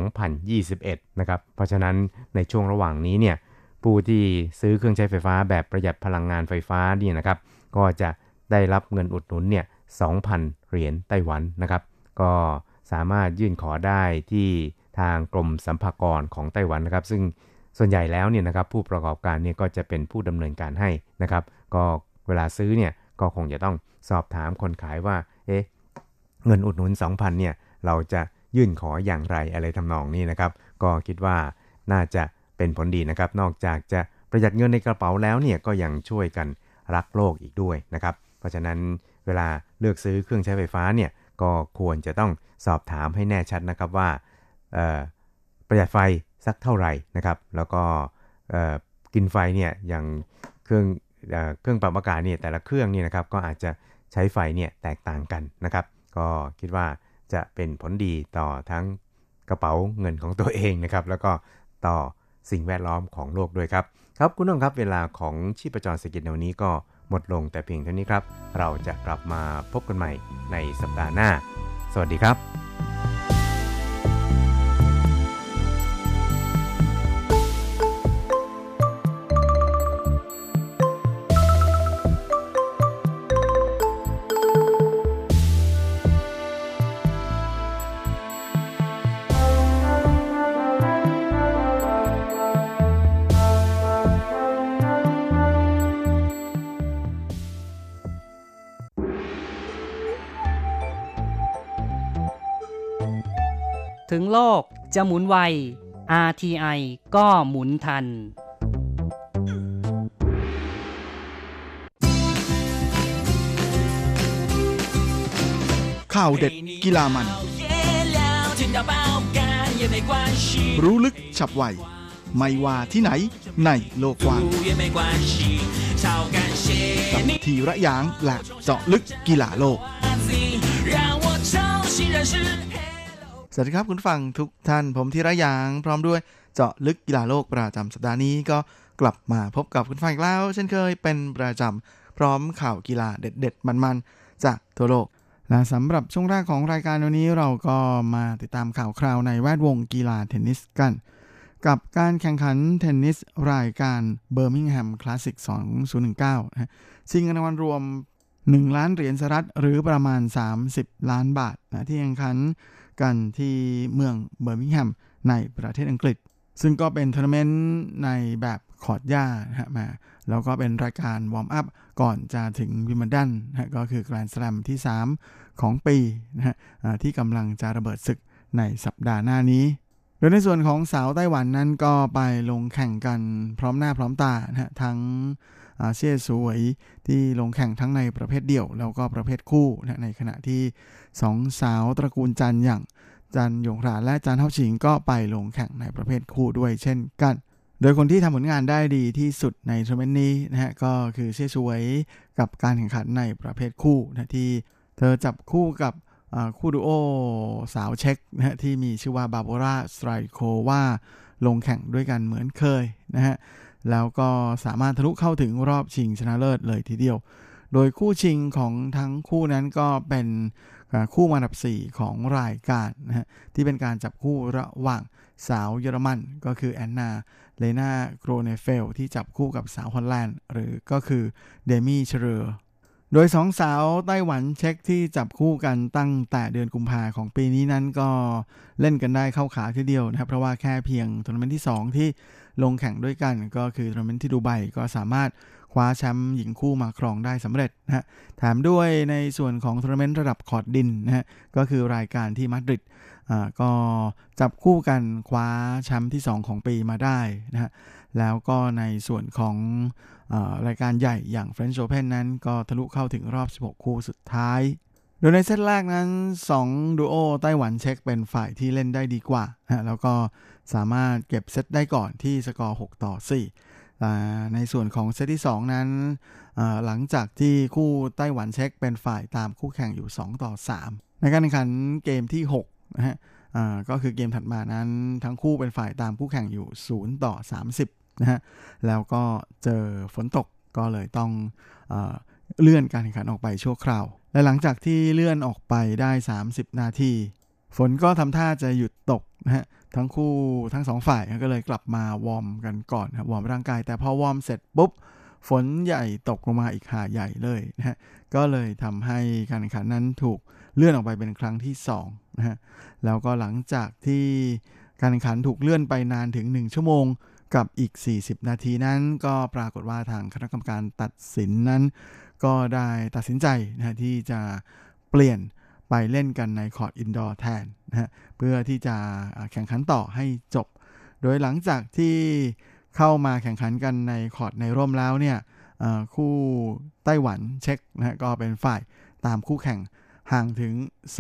2021นะครับเพราะฉะนั้นในช่วงระหว่างนี้เนี่ยผู้ที่ซื้อเครื่องใช้ไฟฟ้าแบบประหยัดพลังงานไฟฟ้านี่นะครับก็จะได้รับเงินอุดหนุนเนี่ย 2,000 เหรียญไต้หวันนะครับก็สามารถยื่นขอได้ที่ทางกรมสรรพากรของไต้หวันนะครับซึ่งส่วนใหญ่แล้วเนี่ยนะครับผู้ประกอบการเนี่ยก็จะเป็นผู้ดำเนินการให้นะครับก็เวลาซื้อเนี่ยก็คงจะต้องสอบถามคนขายว่าเงินอุดหนุน 2,000 เนี่ยเราจะยื่นขออย่างไรอะไรทำนองนี้นะครับก็คิดว่าน่าจะเป็นผลดีนะครับนอกจากจะประหยัดเงินในกระเป๋าแล้วเนี่ยก็ยังช่วยกันรักโลกอีกด้วยนะครับเพราะฉะนั้นเวลาเลือกซื้อเครื่องใช้ไฟฟ้าเนี่ยก็ควรจะต้องสอบถามให้แน่ชัดนะครับว่าประหยัดไฟสักเท่าไหร่นะครับแล้วก็กินไฟเนี่ยอย่างเครื่องปรับอากาศเนี่ยแต่ละเครื่องเนี่ยนะครับก็อาจจะใช้ไฟเนี่ยแตกต่างกันนะครับก็คิดว่าจะเป็นผลดีต่อทั้งกระเป๋าเงินของตัวเองนะครับแล้วก็ต่อสิ่งแวดล้อมของโลกด้วยครับครับคุณผู้ชมครับเวลาของชีพจรเศรษฐกิจในวันนี้ก็หมดลงแต่เพียงเท่านี้ครับเราจะกลับมาพบกันใหม่ในสัปดาห์หน้าสวัสดีครับถึงโลกจะหมุนไว RTI ก็หมุนทันข่าวเด็ดกีฬามันรู้ลึกฉับไวไม่ว่าที่ไหนในโลกกว้างกับทีระยางและเจาะลึกกีฬาโลกสวัสดีครับคุณฟังทุกท่านผมธีระยางพร้อมด้วยเจาะลึกกีฬาโลกประจำสัปดาห์นี้ก็กลับมาพบกับคุณฟังอีกแล้วเช่นเคยเป็นประจำพร้อมข่าวกีฬาเด็ดๆมันๆจากทั่วโลกและสำหรับช่วงแรกของรายการวันนี้เราก็มาติดตามข่าวคราวในแวดวงกีฬาเทนนิสกันกับการแข่งขันเทนนิสรายการเบอร์มิงแฮมคลาสสิก2019ชิงเงินรางวัลรวม1ล้านเหรียญสหรัฐหรือประมาณ30ล้านบาทนะที่แข่งขันกันที่เมืองเบอร์มิงแฮมในประเทศอังกฤษซึ่งก็เป็นทัวร์นาเมนต์ในแบบคอร์ตหญ้ามาแล้วก็เป็นรายการวอร์มอัพก่อนจะถึงวิมเบิลดันก็คือแกรนด์สแลมที่3ของปีที่กำลังจะระเบิดศึกในสัปดาห์หน้านี้โดยในส่วนของสาวไต้หวันนั้นก็ไปลงแข่งกันพร้อมหน้าพร้อมตาทั้งเซี่ยสวยที่ลงแข่งทั้งในประเภทเดี่ยวแล้วก็ประเภทคู่ในขณะที่2สาวตระกูลจันอย่างจันหยงหลานและจันเฮาฉิงก็ไปลงแข่งในประเภทคู่ด้วยเช่นกันโดยคนที่ทำผลงานได้ดีที่สุดในทัวร์นาเมนต์นี้ก็คือเซี่ยสวยกับการแข่งขันในประเภทคู่ที่เธอจับคู่กับคู่ดูโอสาวเช็กที่มีชื่อว่าบาร์โบราสไตรโควาลงแข่งด้วยกันเหมือนเคยแล้วก็สามารถทะลุเข้าถึงรอบชิงชนะเลิศเลยทีเดียวโดยคู่ชิงของทั้งคู่นั้นก็เป็นคู่อันดับ4ของรายการที่เป็นการจับคู่ระหว่างสาวเยอรมันก็คือแอนนาเลนาโกรเนเฟลที่จับคู่กับสาวฮอลแลนด์หรือก็คือเดมี่เชเรอร์โดย2สาวไต้หวันเช็กที่จับคู่กันตั้งแต่เดือนกุมภาพันธ์ของปีนี้นั้นก็เล่นกันได้เข้าขาทีเดียวนะครับเพราะว่าแค่เพียงทัวร์นาเมนต์ที่2ที่ลงแข่งด้วยกันก็คือทัวร์นาเมนต์ที่ดูไบก็สามารถคว้าแชมป์หญิงคู่มาครองได้สำเร็จแถมด้วยในส่วนของทัวร์นาเมนต์ระดับคอร์ตดินก็คือรายการที่มาดริดก็จับคู่กันคว้าแชมป์ที่2ของปีมาได้แล้วก็ในส่วนของรายการใหญ่อย่าง French Open นั้นก็ทะลุเข้าถึงรอบ16คู่สุดท้ายโดยในเซตแรกนั้น2ดูโอไต้หวันเช็กเป็นฝ่ายที่เล่นได้ดีกว่าแล้วก็สามารถเก็บเซตได้ก่อนที่สกอร์6-4ในส่วนของเซตที่2นั้นหลังจากที่คู่ไต้หวันเช็กเป็นฝ่ายตามคู่แข่งอยู่2-3ในการแข่งขันเกมที่6ก็คือเกมถัดมานั้นทั้งคู่เป็นฝ่ายตามคู่แข่งอยู่0-30แล้วก็เจอฝนตกก็เลยต้องเลื่อนการแข่งขันออกไปชั่วคราวและหลังจากที่เลื่อนออกไปได้30นาทีฝนก็ทำท่าจะหยุดตกทั้งคู่ทั้ง2ฝ่ายก็เลยกลับมาวอร์มกันก่อนวอร์มร่างกายแต่พอวอร์มเสร็จปุ๊บฝนใหญ่ตกลงมาอีกหาใหญ่เลยก็เลยทำให้การแข่งขันนั้นถูกเลื่อนออกไปเป็นครั้งที่2แล้วก็หลังจากที่การแข่งขันถูกเลื่อนไปนานถึง1ชั่วโมงกับอีก40นาทีนั้นก็ปรากฏว่าทางคณะกรรมการตัดสินนั้นก็ได้ตัดสินใจที่จะเปลี่ยนไปเล่นกันในคอร์ตอินดอร์แทนเพื่อที่จะแข่งขันต่อให้จบโดยหลังจากที่เข้ามาแข่งขันกันในคอร์ตในร่มแล้วเนี่ยคู่ไต้หวันเช็กก็เป็นฝ่ายตามคู่แข่งห่างถึง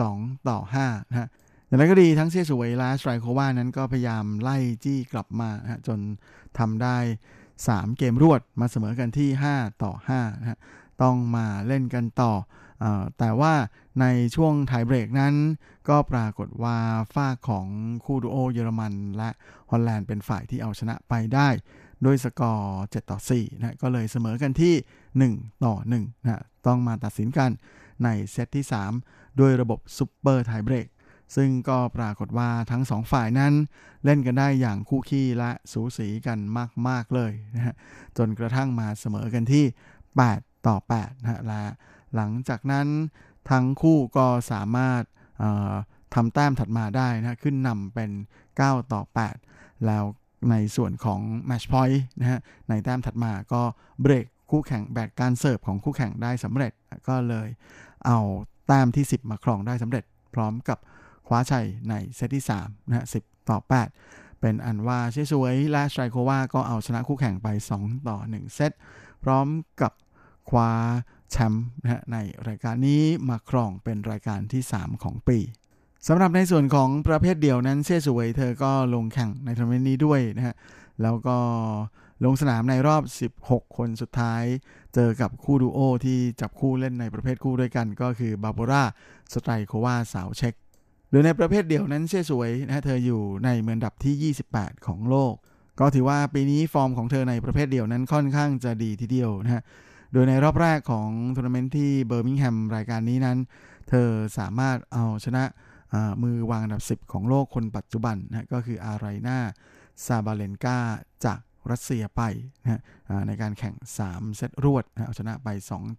2-5อย่างไรก็ดีทั้งเซี่ยสวยและสไตรโควานั้นก็พยายามไล่จี้กลับมาจนทำได้3เกมรวดมาเสมอกันที่5-5ต้องมาเล่นกันต่อแต่ว่าในช่วงไทยเบรกนั้นก็ปรากฏว่าฝ่ายของคู่ดูโอเยอรมันและฮอลแลนด์เป็นฝ่ายที่เอาชนะไปได้ด้วยสกอร์7-4นะก็เลยเสมอกันที่1-1นะต้องมาตัดสินกันในเซตที่3ด้วยระบบซุปเปอร์ไทยเบรกซึ่งก็ปรากฏว่าทั้ง2ฝ่ายนั้นเล่นกันได้อย่างคู่ขี้และสูสีกันมากๆเลยนะฮะจนกระทั่งมาเสมอกันที่8-8นะและหลังจากนั้นทั้งคู่ก็สามารถทำแต้มถัดมาได้นะขึ้นนำเป็น9-8แล้วในส่วนของแมตช์พอยต์นะฮะในแต้มถัดมาก็เบรกคู่แข่งแบกการเสิร์ฟของคู่แข่งได้สำเร็จก็เลยเอาแต้มที่10มาครองได้สำเร็จพร้อมกับคว้าชัยในเซตที่3นะฮะ10-8เป็นอันว่าเชสวยและสไตรโควาก็เอาชนะคู่แข่งไป2-1เซตพร้อมกับคว้าแชมป์นะฮะในรายการนี้มาครองเป็นรายการที่3ของปีสำหรับในส่วนของประเภทเดี่ยวนั้นเชสวยเธอก็ลงแข่งในทัวร์นาเมนต์นี้ด้วยนะฮะแล้วก็ลงสนามในรอบ16คนสุดท้ายเจอกับคู่ดูโอที่จับคู่เล่นในประเภทคู่ด้วยกันก็คือบาร์โบราสไตรโควาสาวเช็กโดยในประเภทเดี่ยวนั้นเชสวยนะฮะเธออยู่ในอันดับที่28ของโลกก็ถือว่าปีนี้ฟอร์มของเธอในประเภทเดี่ยวนั้นค่อนข้างจะดีทีเดียวนะฮะโดยในรอบแรกของทัวร์นาเมนต์ที่เบอร์มิงแฮมรายการนี้นั้นเธอสามารถเอาชนะมือวางอันดับ10ของโลกคนปัจจุบันนะก็คืออาไรนาซาบาเลนกาจากรัสเซียไปนะในการแข่ง3เซตรวดนะเอาชนะไป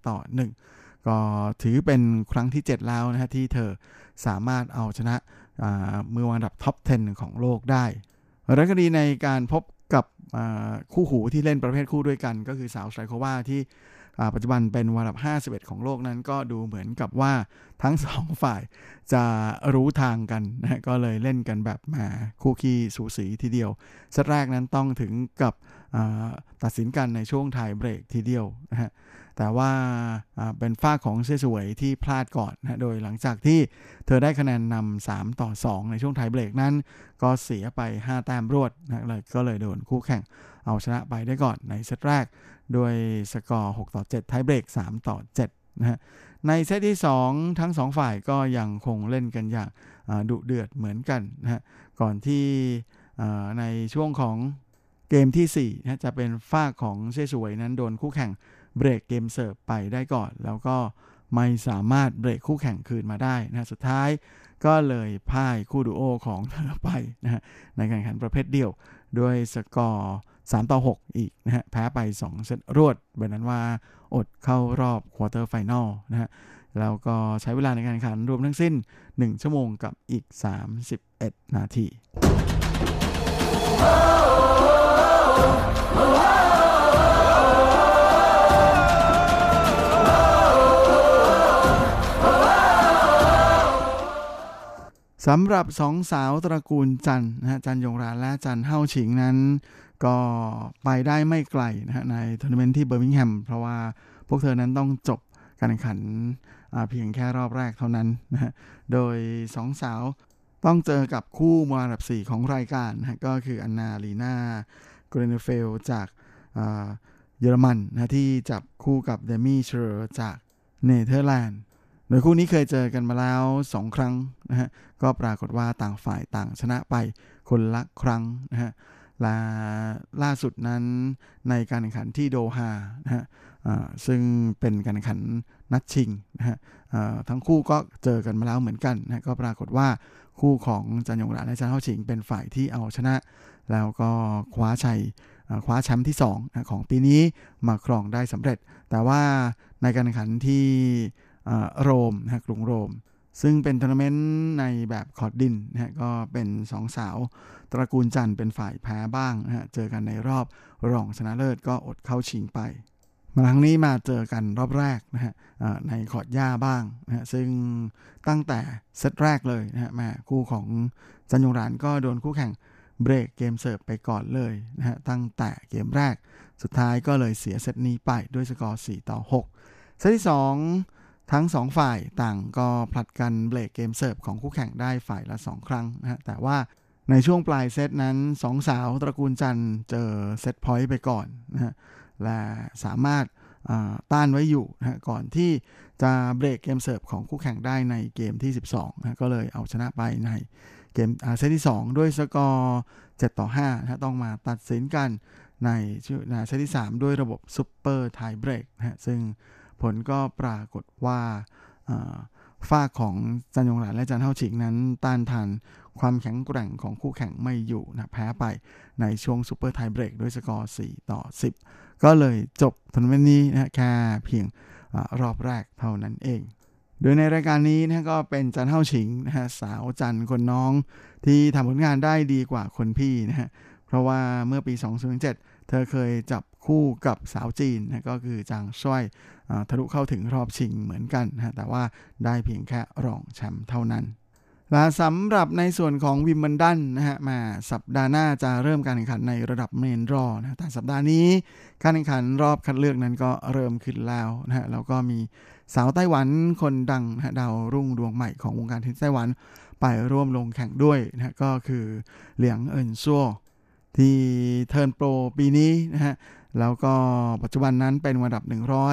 2-1ก็ถือเป็นครั้งที่7แล้วนะฮะที่เธอสามารถเอาชนะมือวางอันดับท็อป 10 ของโลกได้แล้วก็ดีในการพบกับคู่หูที่เล่นประเภทคู่ด้วยกันก็คือสาวสไตรโควาที่ปัจจุบันเป็นอันดับ51ของโลกนั้นก็ดูเหมือนกับว่าทั้ง2ฝ่ายจะรู้ทางกันนะก็เลยเล่นกันแบบมาคู่ขี้สูสีทีเดียวเซตแรกนั้นต้องถึงกับตัดสินกันในช่วงไทยเบรกทีเดียวนะฮะแต่ว่าเป็นฝ่ายของเชสวยที่พลาดก่อนนะโดยหลังจากที่เธอได้คะแนนนำ3-2ในช่วงไทยเบรกนั้นก็เสียไป5แต้มรวดนะก็เลยโดนคู่แข่งเอาชนะไปได้ก่อนในเซตแรกด้วยสกอร์6-7ไทยเบรก3-7นะฮะในเซตที่2ทั้ง2ฝ่ายก็ยังคงเล่นกันอย่างดุเดือดเหมือนกันนะฮะก่อนที่ในช่วงของเกมที่4นะจะเป็นฝ่ายของเชสวยนั้นโดนคู่แข่งเบรกเกมเสิร์ฟไปได้ก่อนแล้วก็ไม่สามารถเบรกคู่แข่งคืนมาได้นะสุดท้ายก็เลยพ่ายคู่ดูโอของเธอไปนะฮะในการแข่งขันประเภทเดี่ยวด้วยสกอร์3-6อีกนะฮะแพ้ไป2เซตรวดเป็นนั้นว่าอดเข้ารอบควอเตอร์ไฟนอลนะฮะแล้วก็ใช้เวลาในการแข่งขันรวมทั้งสิ้น1ชั่วโมงกับอีก31นาทีสำหรับ2สาวตระกูลจันนะฮะจันยงรานและจันเฮาฉิงนั้นก็ไปได้ไม่ไกลนะฮะในทัวร์นาเมนต์ที่เบอร์มิงแฮมเพราะว่าพวกเธอนั้นต้องจบการแข่งขันเพียงแค่รอบแรกเท่านั้นนะฮะโดย2สาวต้องเจอกับคู่มืออันดับ4ของรายการนะก็คืออันนาลีนาโกเรนเฟลจากเยอรมันนะที่จับคู่กับเดมี่เชอร์จากเนเธอร์แลนด์โดยคู่นี้เคยเจอกันมาแล้ว2ครั้งนะฮะก็ปรากฏว่าต่างฝ่ายต่างชนะไปคนละครั้งนะฮะและล่าสุดนั้นในการแข่งขันที่โดฮานะฮะซึ่งเป็นการแข่งขันนัดชิงนะฮะทั้งคู่ก็เจอกันมาแล้วเหมือนกันนะก็ปรากฏว่าคู่ของจันยงรานและจันเฮาฉิงเป็นฝ่ายที่เอาชนะแล้วก็คว้าแชมป์ที่2นะของปีนี้มาครองได้สำเร็จแต่ว่าในการแข่งขันที่โรมนะกรุงโรมซึ่งเป็นทัวร์นาเมนต์ในแบบคอร์ตดินนะฮะก็เป็น2สาวตระกูลจันเป็นฝ่ายแพ้บ้างนะฮะเจอกันในรอบรองชนะเลิศก็อดเข้าชิงไปมาครั้งนี้มาเจอกันรอบแรกนะฮะในคอร์ตหญ้าบ้างนะฮะซึ่งตั้งแต่เซตแรกเลยนะฮะแม่คู่ของจันยงรานก็โดนคู่แข่งเบรกเกมเสิร์ฟไปก่อนเลยนะฮะตั้งแต่เกมแรกสุดท้ายก็เลยเสียเซตนี้ไปด้วยสกอร์4-6เซตที่2ทั้ง2ฝ่ายต่างก็ผลัดกันเบรกเกมเสิร์ฟของคู่แข่งได้ฝ่ายละ2ครั้งนะฮะแต่ว่าในช่วงปลายเซตนั้น2สาวตระกูลจันเจอเซตพอยต์ไปก่อนนะฮะและสามารถต้านไว้อยู่นะก่อนที่จะเบรกเกมเสิร์ฟของคู่แข่งได้ในเกมที่12นะก็เลยเอาชนะไปในเกมเซตที่2ด้วยสกอร์7-5นะต้องมาตัดสินกันในเซตที่3ด้วยระบบซุปเปอร์ไทเบรกนะซึ่งผลก็ปรากฏว่าฝ้าของจันยงหลานและจันเฮาฉิงนั้นต้านทานความแข็งแกร่งของคู่แข่งไม่อยู่นะแพ้ไปในช่วงซุปเปอร์ไทเบรกด้วยสกอร์4-10ก็เลยจบทัวร์นาเมนต์นี้นะแค่เพียงรอบแรกเท่านั้นเองโดยในรายการนี้นะก็เป็นจันเฮาฉิงนะฮะสาวจันคนน้องที่ทำผลงานได้ดีกว่าคนพี่นะฮะเพราะว่าเมื่อปี2007เธอเคยจับคู่กับสาวจีนนะก็คือจางช่วยทะลุเข้าถึงรอบชิงเหมือนกันนะแต่ว่าได้เพียงแค่รองแชมป์เท่านั้นและสำหรับในส่วนของวิมเบิลดันนะฮะมาสัปดาห์หน้าจะเริ่มการแข่งขันในระดับเมนดรอนะแต่สัปดาห์นี้การแข่งขันรอบคัดเลือกนั้นก็เริ่มขึ้นแล้วนะฮะแล้วก็มีสาวไต้หวันคนดังนะดาวรุ่งดวงใหม่ของวงการเทนนิสไต้หวันไปร่วมลงแข่งด้วยนะก็คือเหลียงเอินซัวที่เทิร์นโปรปีนี้นะฮะแล้วก็ปัจจุบันนั้นเป็นอันดับ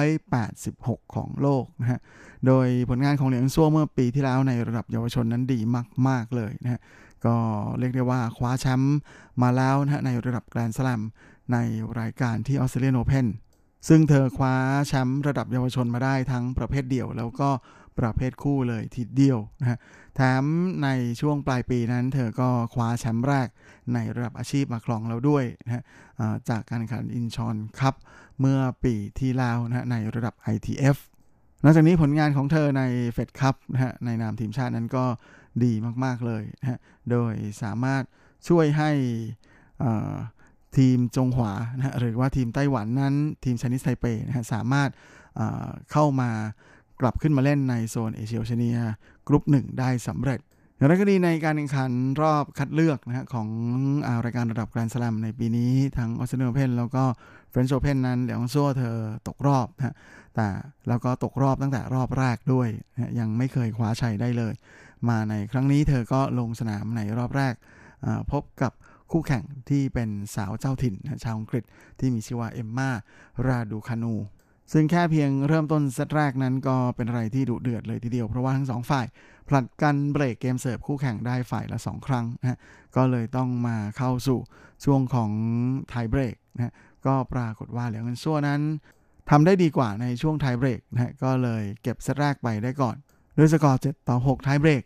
186ของโลกนะฮะโดยผลงานของเหลียงซัวเมื่อปีที่แล้วในระดับเยาวชนนั้นดีมากๆเลยนะฮะก็เรียกได้ว่าคว้าแชมป์มาแล้วนะฮะในระดับแกรนด์สแลมในรายการที่ออสเตรเลียนโอเพ่นซึ่งเธอคว้าแชมป์ระดับเยาวชนมาได้ทั้งประเภทเดี่ยวแล้วก็ประเภทคู่เลยทีเดียวนะฮะแถมในช่วงปลายปีนั้นเธอก็คว้าแชมป์แรกในระดับอาชีพมาครองแล้วด้วยนะฮะจากการแข่งขันอินชอนคัพเมื่อปีที่แล้วนะฮะในระดับ ITF นอกจากนี้ผลงานของเธอในเฟดคัพนะฮะในนามทีมชาตินั้นก็ดีมากๆเลยนะฮะโดยสามารถช่วยให้ทีมจงหวานะฮะหรือว่าทีมไต้หวันนั้นทีมไชนีสไทเปนะฮะสามารถเข้ามากลับขึ้นมาเล่นในโซนเอเชียโอเชียเนียกรุ๊ป1ได้สำเร็จอย่างไรก็ดีในการแข่งขันรอบคัดเลือกนะฮะของรายการระดับแกรนด์สแลมในปีนี้ทั้งออสเตรเลียนโอเพ่นแล้วก็เฟรนช์โอเพ่นนั้นเหลียงซัวเธอตกรอบนะฮะแต่แล้วก็ตกรอบตั้งแต่รอบแรกด้วยนะยังไม่เคยคว้าชัยได้เลยมาในครั้งนี้เธอก็ลงสนามในรอบแรกพบกับคู่แข่งที่เป็นสาวเจ้าถิ่นชาวอังกฤษที่มีชื่อว่าเอมมาราดูคานูซึ่งแค่เพียงเริ่มต้นเซตแรกนั้นก็เป็นอะไรที่ดุเดือดเลยทีเดียวเพราะว่าทั้งสองฝ่ายผลัดกันเบรกเกมเสิร์ฟคู่แข่งได้ฝ่ายละ2ครั้งนะก็เลยต้องมาเข้าสู่ช่วงของไทเบรกนะก็ปรากฏว่าเหลียงเอินซัวนั้นทำได้ดีกว่าในช่วงไทเบรกนะก็เลยเก็บเซตแรกไปได้ก่อนด้วยสกอร์7-6ไทเบรก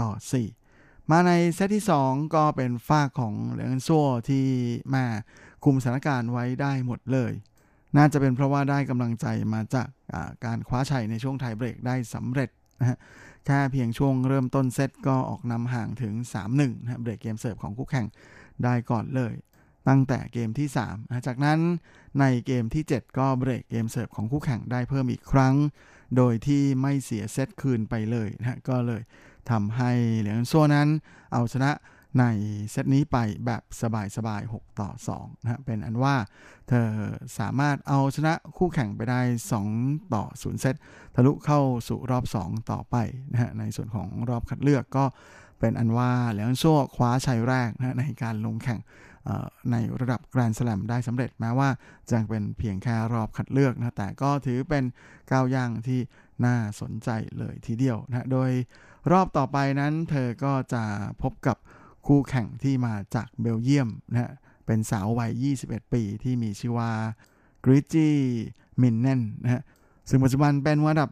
7-4มาในเซตที่2ก็เป็นฝ่ายของเหลียงเอินซัวที่มาคุมสถานการณ์ไว้ได้หมดเลยน่าจะเป็นเพราะว่าได้กำลังใจมาจากการคว้าชัยในช่วงไทเบรกได้สำเร็จนะฮะแค่เพียงช่วงเริ่มต้นเซตก็ออกนำห่างถึง 3-1 นะเบรกเกมเสิร์ฟของคู่แข่งได้ก่อนเลยตั้งแต่เกมที่3นะจากนั้นในเกมที่7ก็เบรกเกมเสิร์ฟของคู่แข่งได้เพิ่มอีกครั้งโดยที่ไม่เสียเซตคืนไปเลยนะก็เลยทำให้เหลียงซัวนั้นเอาชนะในเซตนี้ไปแบบสบายๆ6-2นะเป็นอันว่าเธอสามารถเอาชนะคู่แข่งไปได้2-0เซตทะลุเข้าสู่รอบ2ต่อไปนะฮะในส่วนของรอบคัดเลือกก็เป็นอันว่าเหลียงซัวคว้าชัยแรกนะในการลงแข่งในระดับแกรนด์สแลมได้สำเร็จแม้ว่าจะเป็นเพียงแค่รอบคัดเลือกนะแต่ก็ถือเป็นก้าวย่างที่น่าสนใจเลยทีเดียวนะโดยรอบต่อไปนั้นเธอก็จะพบกับคู่แข่งที่มาจากเบลเยียมนะฮะเป็นสาววัย21ปีที่มีชื่อว่ากริจี้มินเนนนะฮะซึ่งปัจจุบันเป็นอันดับ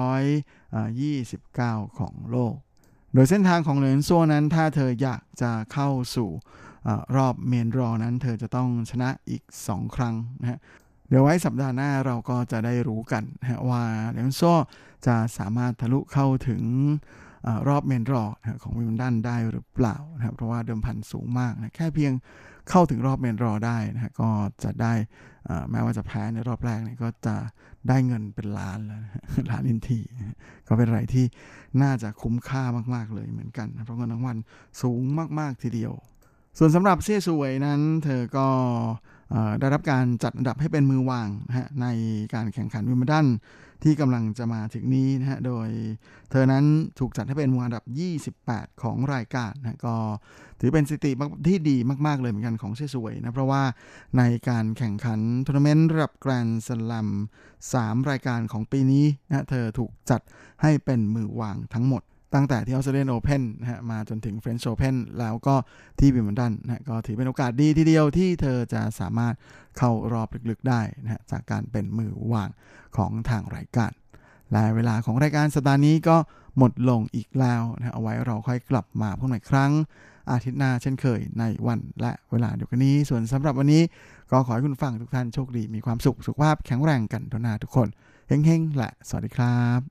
129ของโลกโดยเส้นทางของเหลียงซัวนั้นถ้าเธออยากจะเข้าสู่รอบเมนดรอนั้นเธอจะต้องชนะอีก2ครั้งนะฮะเดี๋ยวไว้สัปดาห์หน้าเราก็จะได้รู้กันนะฮะว่าเหลียงซัวจะสามารถทะลุเข้าถึงรอบเมนดรอของวิมเบิลดันได้หรือเปล่านะครับเพราะว่าเดิมพันสูงมากนะแค่เพียงเข้าถึงรอบเมนดรอได้นะก็จะได้แม้ว่าจะแพ้ในรอบแรกเนี่ยก็จะได้เงินเป็นล้านแล้วล้านอินทีก็เป็นอะไรที่น่าจะคุ้มค่ามากๆเลยเหมือนกันเพราะเงินรางวัลสูงมากๆทีเดียวส่วนสำหรับเซี่ยซูเว่ยนั้นเธอก็ได้รับการจัดอันดับให้เป็นมือวางนะฮะในการแข่งขันวิมเบิลดันที่กำลังจะมาถึงนี้นะฮะโดยเธอนั้นถูกจัดให้เป็นหมู่อันดับ28ของรายการนะก็ถือเป็นสถิติที่ดีมากๆเลยเหมือนกันของเชสวยนะเพราะว่าในการแข่งขันทัวร์นาเมนต์ระดับแกรนด์สลัม3รายการของปีนี้นะเธอถูกจัดให้เป็นมือวางทั้งหมดตั้งแต่ที่ออสเตรเลียนโอเพ่นนะฮะมาจนถึงเฟรนช์โอเพ่นแล้วก็ที่วิมเบิลดันนะก็ถือเป็นโอกาสดีทีเดียวที่เธอจะสามารถเข้ารอบลึกๆได้นะฮะจากการเป็นมือวางของทางรายการและเวลาของรายการสัปดาห์นี้ก็หมดลงอีกแล้วนะเอาไว้เราค่อยกลับมาพบกันอีกครั้งอาทิตย์หน้าเช่นเคยในวันและเวลาเดียวกันนี้ส่วนสำหรับวันนี้ก็ขอให้คุณฟังทุกท่านโชคดีมีความสุขสุขภาพแข็งแรงกันทุกหน้าทุกคนเฮ้งๆและสวัสดีครับ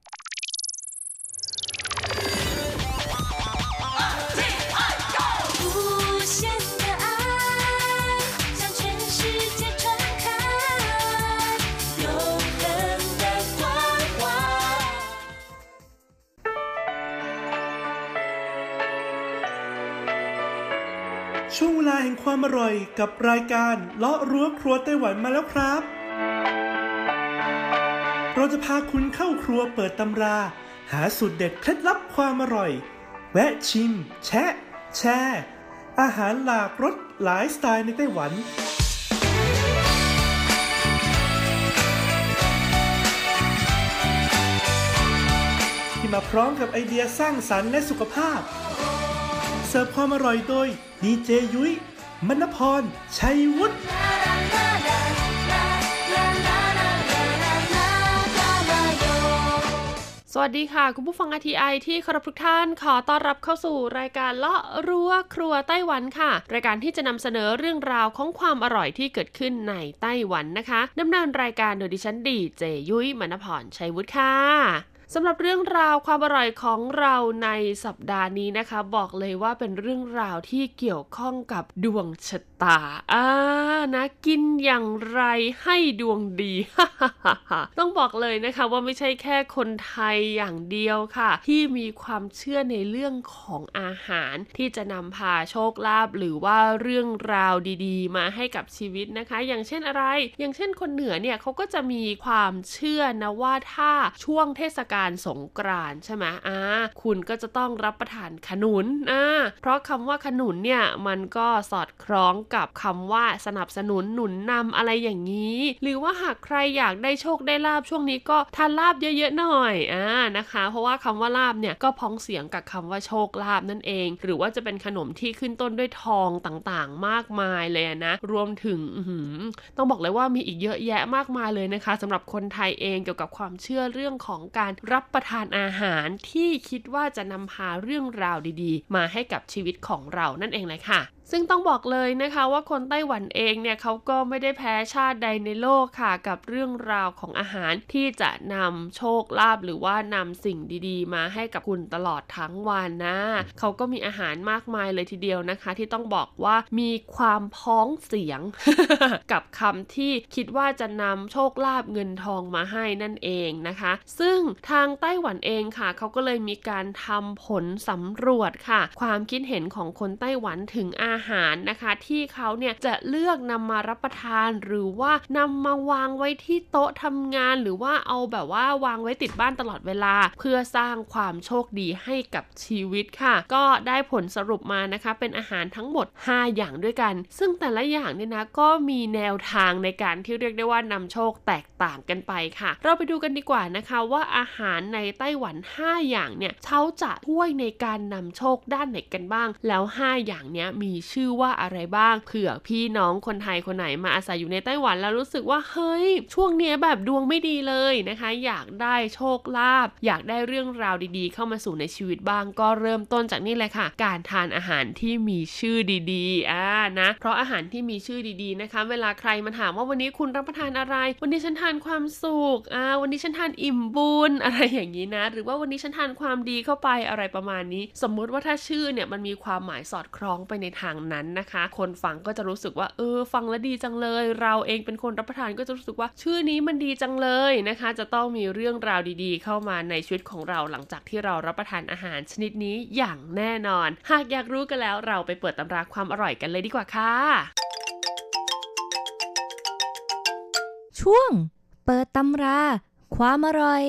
ช่วงเวลาแห่งความอร่อยกับรายการเลาะรั้วครัวไต้หวันมาแล้วครับเราจะพาคุณเข้าครัวเปิดตำราหาสูตรเด็ดเคล็ดลับความอร่อยแวะชิมแชะแชร์อาหารหลากรสหลายสไตล์ในไต้หวันที่มาพร้อมกับไอเดียสร้างสรรค์และสุขภาพเสิร์ฟความอร่อยโดยดีเจยุ้ยมณพรชัยวุฒิสวัสดีค่ะคุณผู้ฟัง RTI ที่เคารพทุกท่านขอต้อนรับเข้าสู่รายการเลาะรั้วครัวไต้หวันค่ะรายการที่จะนำเสนอเรื่องราวของความอร่อยที่เกิดขึ้นในไต้หวันนะคะดำเนินรายการโดยดิฉันดีเจยุ้ยมณพรชัยวุฒิค่ะสำหรับเรื่องราวความอร่อยของเราในสัปดาห์นี้นะคะบอกเลยว่าเป็นเรื่องราวที่เกี่ยวข้องกับดวงชะตานะกินอย่างไรให้ดวงดี ต้องบอกเลยนะคะว่าไม่ใช่แค่คนไทยอย่างเดียวค่ะที่มีความเชื่อในเรื่องของอาหารที่จะนำพาโชคลาภหรือว่าเรื่องราวดีๆมาให้กับชีวิตนะคะอย่างเช่นอะไรอย่างเช่นคนเหนือเนี่ยเขาก็จะมีความเชื่อนะว่าถ้าช่วงเทศกาลสงกรานต์ใช่ไหมคุณก็จะต้องรับประทานขนุนเพราะคำว่าขนุนเนี่ยมันก็สอดคล้องกับคำว่าสนับสนุนหนุนนำอะไรอย่างนี้หรือว่าหากใครอยากได้โชคได้ลาภช่วงนี้ก็ทานลาบเยอะๆหน่อยนะคะเพราะว่าคำว่าลาบเนี่ยก็พ้องเสียงกับคำว่าโชคลาภนั่นเองหรือว่าจะเป็นขนมที่ขึ้นต้นด้วยทองต่างๆมากมายเลยนะรวมถึงต้องบอกเลยว่ามีอีกเยอะแยะมากมายเลยนะคะสำหรับคนไทยเองเกี่ยวกับความเชื่อเรื่องของการรับประทานอาหารที่คิดว่าจะนำพาเรื่องราวดีๆมาให้กับชีวิตของเรานั่นเองเลยค่ะซึ่งต้องบอกเลยนะคะว่าคนไต้หวันเองเนี่ยเขาก็ไม่ได้แพ้ชาติใดในโลกค่ะกับเรื่องราวของอาหารที่จะนำโชคลาภหรือว่านำสิ่งดีๆมาให้กับคุณตลอดทั้งวันนะเขาก็มีอาหารมากมายเลยทีเดียวนะคะที่ต้องบอกว่ามีความพ้องเสียง กับคำที่คิดว่าจะนำโชคลาภเงินทองมาให้นั่นเองนะคะซึ่งทางไต้หวันเองค่ะเขาก็เลยมีการทำผลสำรวจค่ะความคิดเห็นของคนไต้หวันถึงอาหารนะคะที่เขาเนี่ยจะเลือกนำมารับประทานหรือว่านำมาวางไว้ที่โต๊ะทำงานหรือว่าเอาแบบว่าวางไว้ติดบ้านตลอดเวลาเพื่อสร้างความโชคดีให้กับชีวิตค่ะก็ได้ผลสรุปมานะคะเป็นอาหารทั้งหมด5อย่างด้วยกันซึ่งแต่ละอย่างเนี่ยนะก็มีแนวทางในการที่เรียกได้ว่านำโชคแตกต่างกันไปค่ะเราไปดูกันดีกว่านะคะว่าอาหารในไต้หวัน5อย่างเนี่ยเขาจะช่วยในการนำโชคด้านไหนกันบ้างแล้ว5อย่างเนี้ยมีชื่อว่าอะไรบ้างเผื่อพี่น้องคนไทยคนไหนมาอาศัยอยู่ในไต้หวันแล้วรู้สึกว่าเฮ้ยช่วงนี้แบบดวงไม่ดีเลยนะคะอยากได้โชคลาภอยากได้เรื่องราวดีๆเข้ามาสู่ในชีวิตบ้างก็เริ่มต้นจากนี่เลยค่ะการทานอาหารที่มีชื่อดีๆนะเพราะอาหารที่มีชื่อดีๆนะคะเวลาใครมาถามว่าวันนี้คุณรับประทานอะไรวันนี้ฉันทานความสุขวันนี้ฉันทานอิ่มบุญอะไรอย่างนี้นะหรือว่าวันนี้ฉันทานความดีเข้าไปอะไรประมาณนี้สมมุติว่าถ้าชื่อเนี่ยมันมีความหมายสอดคล้องไปในทางนั้นนะคะคนฟังก็จะรู้สึกว่าฟังแล้วดีจังเลยเราเองเป็นคนรับประทานก็จะรู้สึกว่าชื่อนี้มันดีจังเลยนะคะจะต้องมีเรื่องราวดีๆเข้ามาในชีวิตของเราหลังจากที่เรารับประทานอาหารชนิดนี้อย่างแน่นอนหากอยากรู้กันแล้วเราไปเปิดตำราความอร่อยกันเลยดีกว่าค่ะช่วงเปิดตำราความอร่อย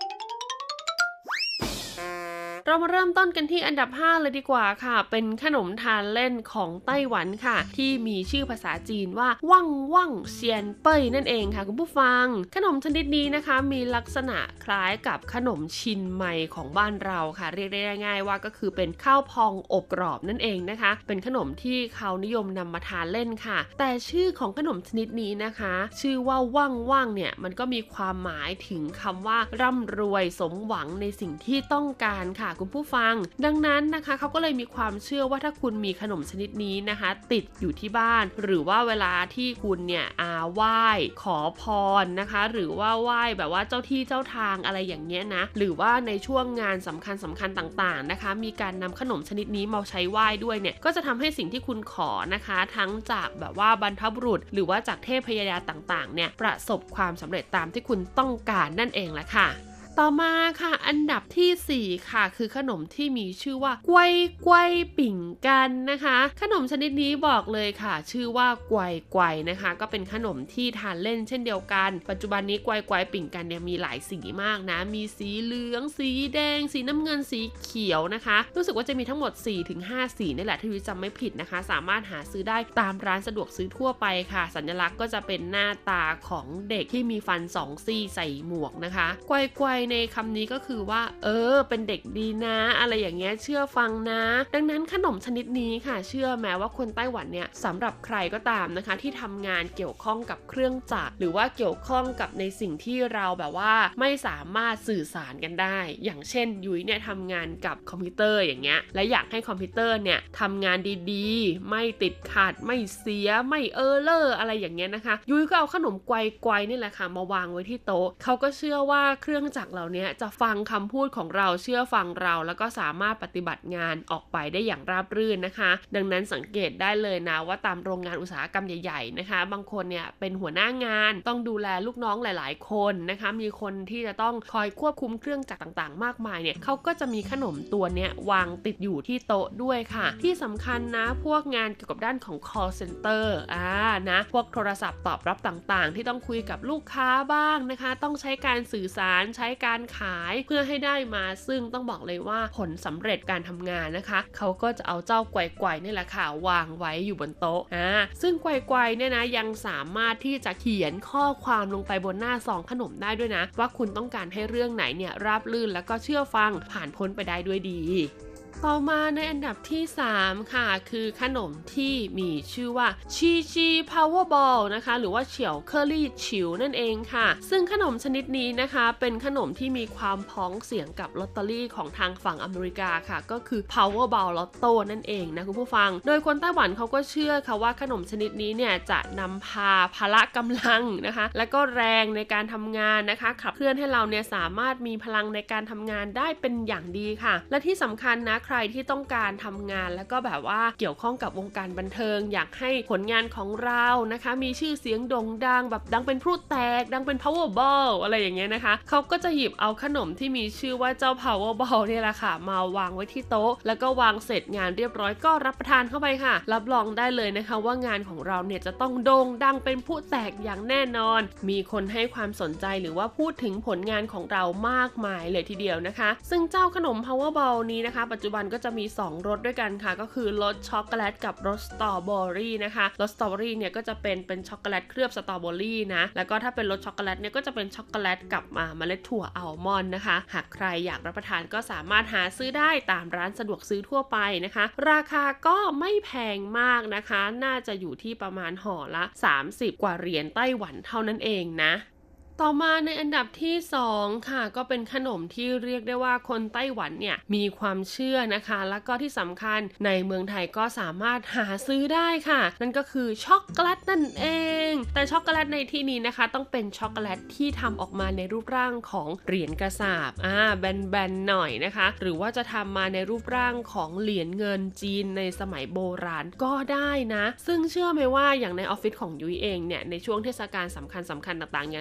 เรามาเริ่มต้นกันที่อันดับ5เลยดีกว่าค่ะเป็นขนมทานเล่นของไต้หวันค่ะที่มีชื่อภาษาจีนว่าว่างว่างเซียนเป้ยนั่นเองค่ะคุณผู้ฟังขนมชนิดนี้นะคะมีลักษณะคล้ายกับขนมชินไมของบ้านเราค่ะเรียกได้ง่ายๆว่าก็คือเป็นข้าวพองอบกรอบนั่นเองนะคะเป็นขนมที่เขานิยมนำมาทานเล่นค่ะแต่ชื่อของขนมชนิดนี้นะคะชื่อว่าว่างว่างเนี่ยมันก็มีความหมายถึงคำว่าร่ำรวยสมหวังในสิ่งที่ต้องการค่ะคุณผู้ฟังดังนั้นนะคะเขาก็เลยมีความเชื่อว่าถ้าคุณมีขนมชนิดนี้นะคะติดอยู่ที่บ้านหรือว่าเวลาที่คุณเนี่ยไหว้ขอพรนะคะหรือว่าไหว้แบบว่าเจ้าที่เจ้าทางอะไรอย่างเงี้ยนะหรือว่าในช่วงงานสำคัญต่างๆนะคะมีการนำขนมชนิดนี้มาใช้ไหว้ด้วยเนี่ยก็จะทำให้สิ่งที่คุณขอนะคะทั้งจากแบบว่าบรรพบุรุษหรือว่าจากเทพพยดาต่างๆเนี่ยประสบความสำเร็จตามที่คุณต้องการนั่นเองแหละค่ะต่อมาค่ะอันดับที่4ค่ะคือขนมที่มีชื่อว่ากวยกวยปิ่งกันนะคะขนมชนิดนี้บอกเลยค่ะชื่อว่ากวยกวยนะคะก็เป็นขนมที่ทานเล่นเช่นเดียวกันปัจจุบันนี้กวยกวยปิ่งกันเนี่ยมีหลายสีมากนะมีสีเหลืองสีแดงสีน้ำเงินสีเขียวนะคะรู้สึกว่าจะมีทั้งหมด 4-5 สีนี่แหละที่จำไม่ผิดนะคะสามารถหาซื้อได้ตามร้านสะดวกซื้อทั่วไปค่ะสัญลักษณ์ก็จะเป็นหน้าตาของเด็กที่มีฟัน2ซี่ใส่หมวกนะคะกวยกวยในคำนี้ก็คือว่าเป็นเด็กดีนะอะไรอย่างเงี้ยเชื่อฟังนะดังนั้นขนมชนิดนี้ค่ะเชื่อแม้ว่าคนไต้หวันเนี่ยสำหรับใครก็ตามนะคะที่ทำงานเกี่ยวข้องกับเครื่องจักรหรือว่าเกี่ยวข้องกับในสิ่งที่เราแบบว่าไม่สามารถสื่อสารกันได้อย่างเช่นยุ้ยเนี่ยทำงานกับคอมพิวเตอร์อย่างเงี้ยและอยากให้คอมพิวเตอร์เนี่ยทำงานดีๆไม่ติดขัดไม่เสียไม่เออร์เลอร์อะไรอย่างเงี้ยนะคะยุ้ยก็เอาขนมกวยๆนี่แหละค่ะมาวางไว้ที่โต๊ะเขาก็เชื่อว่าเครื่องจักรเหล่านี้จะฟังคำพูดของเราเชื่อฟังเราแล้วก็สามารถปฏิบัติงานออกไปได้อย่างราบรื่นนะคะดังนั้นสังเกตได้เลยนะว่าตามโรงงานอุตสาหกรรมใหญ่ๆนะคะบางคนเนี่ยเป็นหัวหน้างานต้องดูแลลูกน้องหลายๆคนนะคะมีคนที่จะต้องคอยควบคุมเครื่องจักรต่างๆมากมายเนี่ยเขาก็จะมีขนมตัวเนี้ยวางติดอยู่ที่โต๊ะด้วยค่ะที่สำคัญนะพวกงานเกี่ยวกับด้านของ call center นะพวกโทรศัพท์ตอบรับต่างๆที่ต้องคุยกับลูกค้าบ้างนะคะต้องใช้การสื่อสารใช้การขายเพื่อให้ได้มาซึ่งต้องบอกเลยว่าผลสำเร็จการทำงานนะคะเขาก็จะเอาเจ้ากวยๆนี่แหละค่ะวางไว้อยู่บนโต๊ะซึ่งกวยๆเนี่ยนะยังสามารถที่จะเขียนข้อความลงไปบนหน้าซองขนมได้ด้วยนะว่าคุณต้องการให้เรื่องไหนเนี่ยราบรื่นแล้วก็เชื่อฟังผ่านพ้นไปได้ด้วยดีต่อมาในอันดับที่3ค่ะคือขนมที่มีชื่อว่าชีชีพาวเวอร์บอลนะคะหรือว่าเฉียวเคอรี่ฉิวนั่นเองค่ะซึ่งขนมชนิดนี้นะคะเป็นขนมที่มีความพ้องเสียงกับลอตเตอรี่ของทางฝั่งอเมริกาค่ะก็คือ Powerball Lotto นั่นเองนะคุณผู้ฟังโดยคนไต้หวันเขาก็เชื่อค่ะว่าขนมชนิดนี้เนี่ยจะนำพาพละกำลังนะคะและก็แรงในการทำงานนะคะขับเคลื่อนให้เราเนี่ยสามารถมีพลังในการทำงานได้เป็นอย่างดีค่ะและที่สำคัญนะใครที่ต้องการทำงานแล้วก็แบบว่าเกี่ยวข้องกับวงการบันเทิงอยากให้ผลงานของเรานะคะมีชื่อเสียงโด่งดังแบบดังเป็นพลุแตกดังเป็น Powerball อะไรอย่างเงี้ยนะคะเขาก็จะหยิบเอาขนมที่มีชื่อว่าเจ้า Powerball เนี่ยแหละค่ะมาวางไว้ที่โต๊ะแล้วก็วางเสร็จงานเรียบร้อยก็รับประทานเข้าไปค่ะรับรองได้เลยนะคะว่างานของเราเนี่ยจะต้องโด่งดังเป็นพลุแตกอย่างแน่นอนมีคนให้ความสนใจหรือว่าพูดถึงผลงานของเรามากมายเลยทีเดียวนะคะซึ่งเจ้าขนม Powerball นี้นะคะปัจจุบันก็จะมี2รสด้วยกันค่ะก็คือรสช็อกโกแลตกับรสสตรอเบอรี่นะคะรสสตรอเบอรี่เนี่ยก็จะเป็นช็อกโกแลตเคลือบสตรอเบอรี่นะแล้วก็ถ้าเป็นรสช็อกโกแลตเนี่ยก็จะเป็นช็อกโกแลตกับเมล็ดถั่วอัลมอนด์นะคะหากใครอยากรับประทานก็สามารถหาซื้อได้ตามร้านสะดวกซื้อทั่วไปนะคะราคาก็ไม่แพงมากนะคะน่าจะอยู่ที่ประมาณห่อละ30 กว่าเหรียญไต้หวันเท่านั้นเองนะต่อมาในอันดับที่2ค่ะก็เป็นขนมที่เรียกได้ว่าคนไต้หวันเนี่ยมีความเชื่อนะคะแล้วก็ที่สำคัญในเมืองไทยก็สามารถหาซื้อได้ค่ะนั่นก็คือช็อกโกแลตนั่นเองแต่ช็อกโกแลตในที่นี้นะคะต้องเป็นช็อกโกแลตที่ทำออกมาในรูปร่างของเหรียญกระสาบแบนๆหน่อยนะคะหรือว่าจะทำมาในรูปร่างของเหรียญเงินจีนในสมัยโบราณก็ได้นะซึ่งเชื่อไหมว่าอย่างในออฟฟิศของยุ้ยเองเนี่ยในช่วงเทศกาลสำคัญต่างๆอย่างตรุษจีน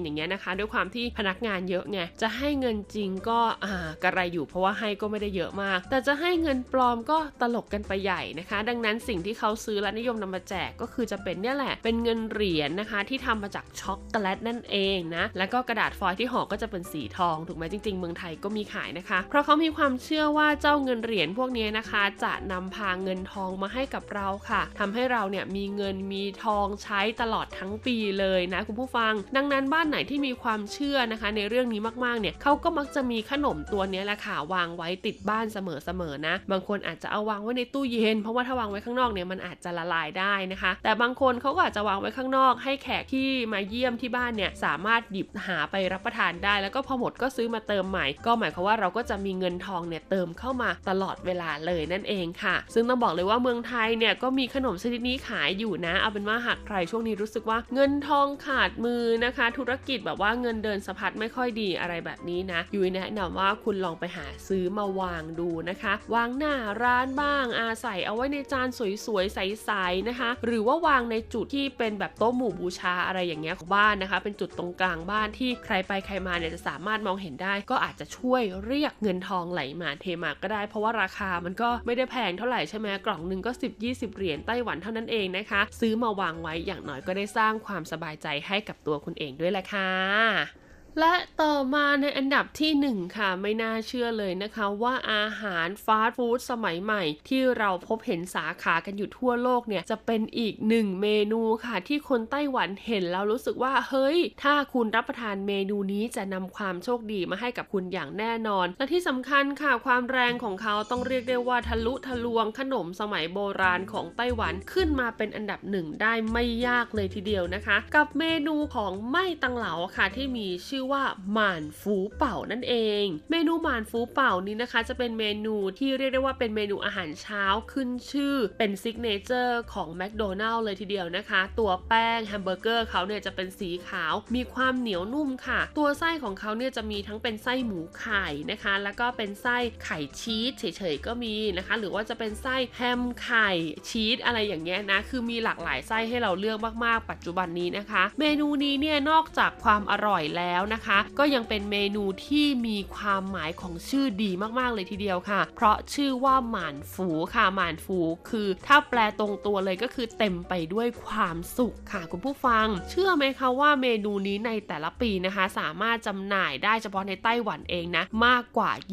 อย่างเงี้ยนะคะด้วยความที่พนักงานเยอะไงจะให้เงินจริงก็กระไรอยู่เพราะว่าให้ก็ไม่ได้เยอะมากแต่จะให้เงินปลอมก็ตลกกันไปใหญ่นะคะดังนั้นสิ่งที่เขาซื้อและนิยมนำมาแจกก็คือจะเป็นเนี่ยแหละเป็นเงินเหรียญนะคะที่ทำมาจากช็อกโกแลตนั่นเองนะแล้วก็กระดาษฟอยล์ที่ห่อก็จะเป็นสีทองถูกไหมจริงๆเมืองไทยก็มีขายนะคะเพราะเขามีความเชื่อว่าเจ้าเงินเหรียญพวกนี้นะคะจะนำพาเงินทองมาให้กับเราค่ะทำให้เราเนี่ยมีเงินมีทองใช้ตลอดทั้งปีเลยนะคุณผู้ฟังดังนั้นบ้านไหนที่มีความเชื่อนะคะในเรื่องนี้มากๆเนี่ยเขาก็มักจะมีขนมตัวนี้แหละค่ะวางไว้ติดบ้านเสมอๆนะบางคนอาจจะเอาวางไว้ในตู้เย็นเพราะว่าถ้าวางไว้ข้างนอกเนี่ยมันอาจจะละลายได้นะคะแต่บางคนเขาก็อาจจะวางไว้ข้างนอกให้แขกที่มาเยี่ยมที่บ้านเนี่ยสามารถหยิบหาไปรับประทานได้แล้วก็พอหมดก็ซื้อมาเติมใหม่ก็หมายความว่าเราก็จะมีเงินทองเนี่ยเติมเข้ามาตลอดเวลาเลยนั่นเองค่ะซึ่งต้องบอกเลยว่าเมืองไทยเนี่ยก็มีขนมชนิดนี้ขายอยู่นะเอาเป็นว่าหากใครช่วงนี้รู้สึกว่าเงินทองขาดมือนะคะธุรกิจแบบว่าเงินเดินสะพัดไม่ค่อยดีอะไรแบบนี้นะยุ้ยแนะนำว่าคุณลองไปหาซื้อมาวางดูนะคะวางหน้าร้านบ้างใส่เอาไว้ในจานสวยๆใสๆนะคะหรือว่าวางในจุดที่เป็นแบบโต๊ะหมู่บูชาอะไรอย่างเงี้ยของบ้านนะคะเป็นจุดตรงกลางบ้านที่ใครไปใครมาเนี่ยจะสามารถมองเห็นได้ก็อาจจะช่วยเรียกเงินทองไหลมาเทมาก็ได้เพราะว่าราคามันก็ไม่ได้แพงเท่าไหร่ใช่ไหมกล่องนึงก็ 10-20 เหรียญไต้หวันเท่านั้นเองนะคะซื้อมาวางไว้อย่างน้อยก็ได้สร้างความสบายใจให้กับตัวคุณเองด้วยแหละค่ะและต่อมาในอันดับที่1ค่ะไม่น่าเชื่อเลยนะคะว่าอาหารฟาสต์ฟู้ดสมัยใหม่ที่เราพบเห็นสาขากันอยู่ทั่วโลกเนี่ยจะเป็นอีก1เมนูค่ะที่คนไต้หวันเห็นแล้วรู้สึกว่าเฮ้ยถ้าคุณรับประทานเมนูนี้จะนำความโชคดีมาให้กับคุณอย่างแน่นอนและที่สำคัญค่ะความแรงของเขาต้องเรียกได้ว่าทะลุทะลวงขนมสมัยโบราณของไต้หวันขึ้นมาเป็นอันดับ1ได้ไม่ยากเลยทีเดียวนะคะกับเมนูของไม่ตังเหลาค่ะที่มีชื่อว่าหม่านฟูเป่านั่นเองเมนูหม่านฟูเป่านี้นะคะจะเป็นเมนูที่เรียกได้ว่าเป็นเมนูอาหารเช้าขึ้นชื่อเป็นซิกเนเจอร์ของแมคโดนัลด์เลยทีเดียวนะคะตัวแป้งแฮมเบอร์เกอร์เขาเนี่ยจะเป็นสีขาวมีความเหนียวนุ่มค่ะตัวไส้ของเขาเนี่ยจะมีทั้งเป็นไส้หมูไข่นะคะแล้วก็เป็นไส้ไข่ชีสเฉยๆก็มีนะคะหรือว่าจะเป็นไส้แฮมไข่ชีสอะไรอย่างเงี้ยนะคือมีหลากหลายไส้ให้เราเลือกมากๆปัจจุบันนี้นะคะเมนูนี้เนี่ยนอกจากความอร่อยแล้วนะคะก็ยังเป็นเมนูที่มีความหมายของชื่อดีมากๆเลยทีเดียวค่ะเพราะชื่อว่าหม่านฟูค่ะหม่านฟูคือถ้าแปลตรงตัวเลยก็คือเต็มไปด้วยความสุขค่ะคุณผู้ฟังเชื่อไหมคะว่าเมนูนี้ในแต่ละปีนะคะสามารถจำหน่ายได้เฉพาะในไต้หวันเองนะมากกว่า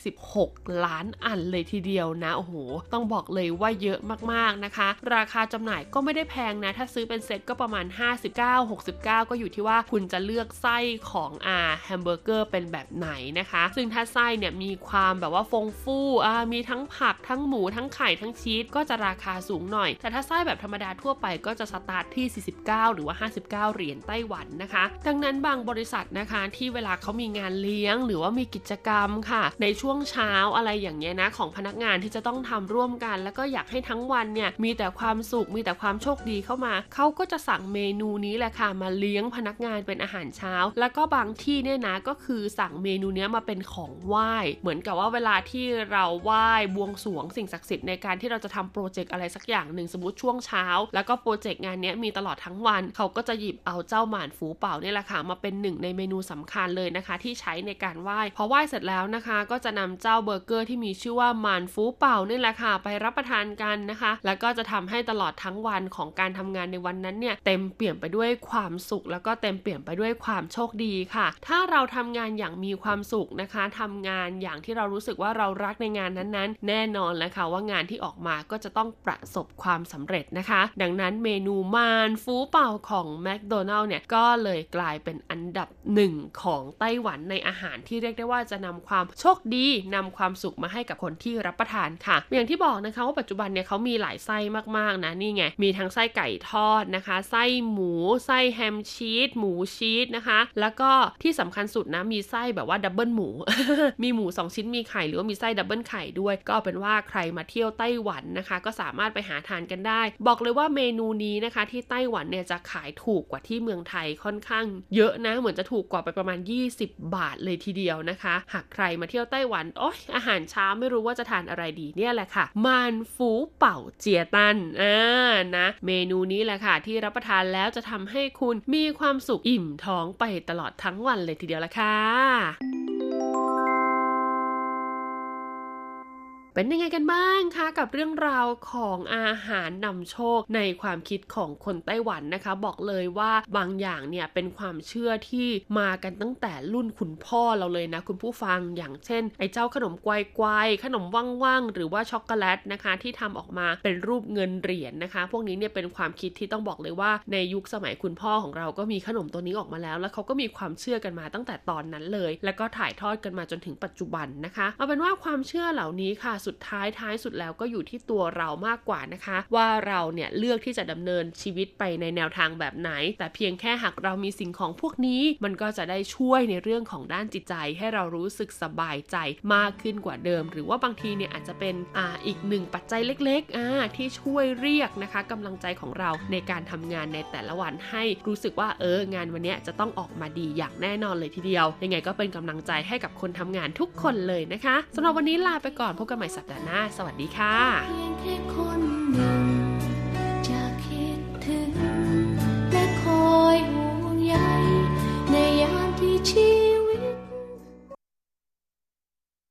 26ล้านอันเลยทีเดียวนะโอ้โหต้องบอกเลยว่าเยอะมากๆนะคะราคาจำหน่ายก็ไม่ได้แพงนะถ้าซื้อเป็นเซ็ตก็ประมาณ59-69ก็อยู่ที่ว่าคุณจะเลือกไส้ของแฮมเบอร์เกอร์เป็นแบบไหนนะคะซึ่งถ้าไส้เนี่ยมีความแบบว่าฟงฟูมีทั้งผักทั้งหมูทั้งไข่ทั้งชีสก็จะราคาสูงหน่อยแต่ถ้าไส้แบบธรรมดาทั่วไปก็จะสตาร์ทที่49หรือว่า59เหรียญไต้หวันนะคะดังนั้นบางบริษัทนะคะที่เวลาเขามีงานเลี้ยงหรือว่ามีกิจกรรมค่ะในช่วงเช้าอะไรอย่างเงี้ยนะของพนักงานที่จะต้องทำร่วมกันแล้วก็อยากให้ทั้งวันเนี่ยมีแต่ความสุขมีแต่ความโชคดีเข้ามาเขาก็จะสั่งเมนูนี้แหละค่ะมาเลี้ยงพนักงานเป็นอาหารเช้าแล้วก็บางที่เนี่ยนะก็คือสั่งเมนูนี้มาเป็นของไหว้เหมือนกับว่าเวลาที่เราไหว้บวงสรวงสิ่งศักดิ์สิทธิ์ในการที่เราจะทำโปรเจกต์อะไรสักอย่างหนึ่งสมมติช่วงเช้าแล้วก็โปรเจกต์งานนี้มีตลอดทั้งวันเขาก็จะหยิบเอาเจ้าหม่านฟูเป่าเนี่ยแหละค่ะมาเป็นหนึ่งในเมนูสำคัญเลยนะคะที่ใช้ในการไหว้พอไหว้เสร็จแล้วนะคะก็จะนำเจ้าเบอร์เกอร์ที่มีชื่อว่าหม่านฟูเป่านี่แหละค่ะไปรับประทานกันนะคะแล้วก็จะทำให้ตลอดทั้งวันของการทำงานในวันนั้นเนี่ยเต็มเปี่ยมไปด้วยความสุขแล้วก็เต็มเปี่ยมไปด้วยความโชคดีค่ะถ้าเราทำงานอย่างมีความสุขนะคะทำงานอย่างที่เรารู้สึกว่าเรารักในงานนั้นๆแน่นอนแล้วค่ะว่างานที่ออกมาก็จะต้องประสบความสำเร็จนะคะดังนั้นเมนูหม่านฟูเป่าของแมคโดนัลด์เนี่ยก็เลยกลายเป็นอันดับ1ของไต้หวันในอาหารที่เรียกได้ว่าจะนำความโชคดีนำความสุขมาให้กับคนที่รับประทานค่ะอย่างที่บอกนะคะว่าปัจจุบันเนี่ยเขามีหลายไส้มากๆนะนี่ไงมีทั้งไส้ไก่ทอดนะคะไส้หมูไส้แฮมชีสหมูชีสนะคะแล้วก็ที่สำคัญสุดนะมีไส้แบบว่าดับเบิลหมู มีหมู2ชิ้นมีไข่หรือว่ามีไส้ดับเบิลไข่ด้วยก็เอาเป็นว่าใครมาเที่ยวไต้หวันนะคะก็สามารถไปหาทานกันได้บอกเลยว่าเมนูนี้นะคะที่ไต้หวันเนี่ยจะขายถูกกว่าที่เมืองไทยค่อนข้างเยอะนะเหมือนจะถูกกว่าไปประมาณ20บาทเลยทีเดียวนะคะหากใครมาเที่ยวไต้หวันโอ๊ยอาหารเช้าไม่รู้ว่าจะทานอะไรดีเนี่ยแหละค่ะมานฟูเป่าเจียตันนะเมนูนี้แหละค่ะที่รับประทานแล้วจะทำให้คุณมีความสุขอิ่มท้องไปตลอดทั้งวันเลยทีเดียวละค่ะเป็นยังไงกันบ้างคะกับเรื่องราวของอาหารนำโชคในความคิดของคนไต้หวันนะคะบอกเลยว่าบางอย่างเนี่ยเป็นความเชื่อที่มากันตั้งแต่รุ่นคุณพ่อเราเลยนะคุณผู้ฟังอย่างเช่นไอ้เจ้าขนมกวายขนมว่างๆหรือว่าช็อกโกแลตนะคะที่ทำออกมาเป็นรูปเงินเหรียญนะคะพวกนี้เนี่ยเป็นความคิดที่ต้องบอกเลยว่าในยุคสมัยคุณพ่อของเราก็มีขนมตัวนี้ออกมาแล้วเขาก็มีความเชื่อกันมาตั้งแต่ตอนนั้นเลยแล้วก็ถ่ายทอดกันมาจนถึงปัจจุบันนะคะเอาเป็นว่าความเชื่อเหล่านี้ค่ะสุดท้ายสุดแล้วก็อยู่ที่ตัวเรามากกว่านะคะว่าเราเนี่ยเลือกที่จะดำเนินชีวิตไปในแนวทางแบบไหนแต่เพียงแค่หากเรามีสิ่งของพวกนี้มันก็จะได้ช่วยในเรื่องของด้านจิตใจให้เรารู้สึกสบายใจมากขึ้นกว่าเดิมหรือว่าบางทีเนี่ยอาจจะเป็นอีกหนึ่งปัจจัยเล็กๆที่ช่วยเรียกนะคะกำลังใจของเราในการทำงานในแต่ละวันให้รู้สึกว่างานวันนี้จะต้องออกมาดีอย่างแน่นอนเลยทีเดียวยังไงก็เป็นกำลังใจให้กับคนทำงานทุกคนเลยนะคะสำหรับวันนี้ลาไปก่อนพบกันใหม่สัปดาห์หน้าสวัสดีค่ะเพียงแค่คนหนึ่งจะคิดถึงและคอยห่วงใยในยามที่ชี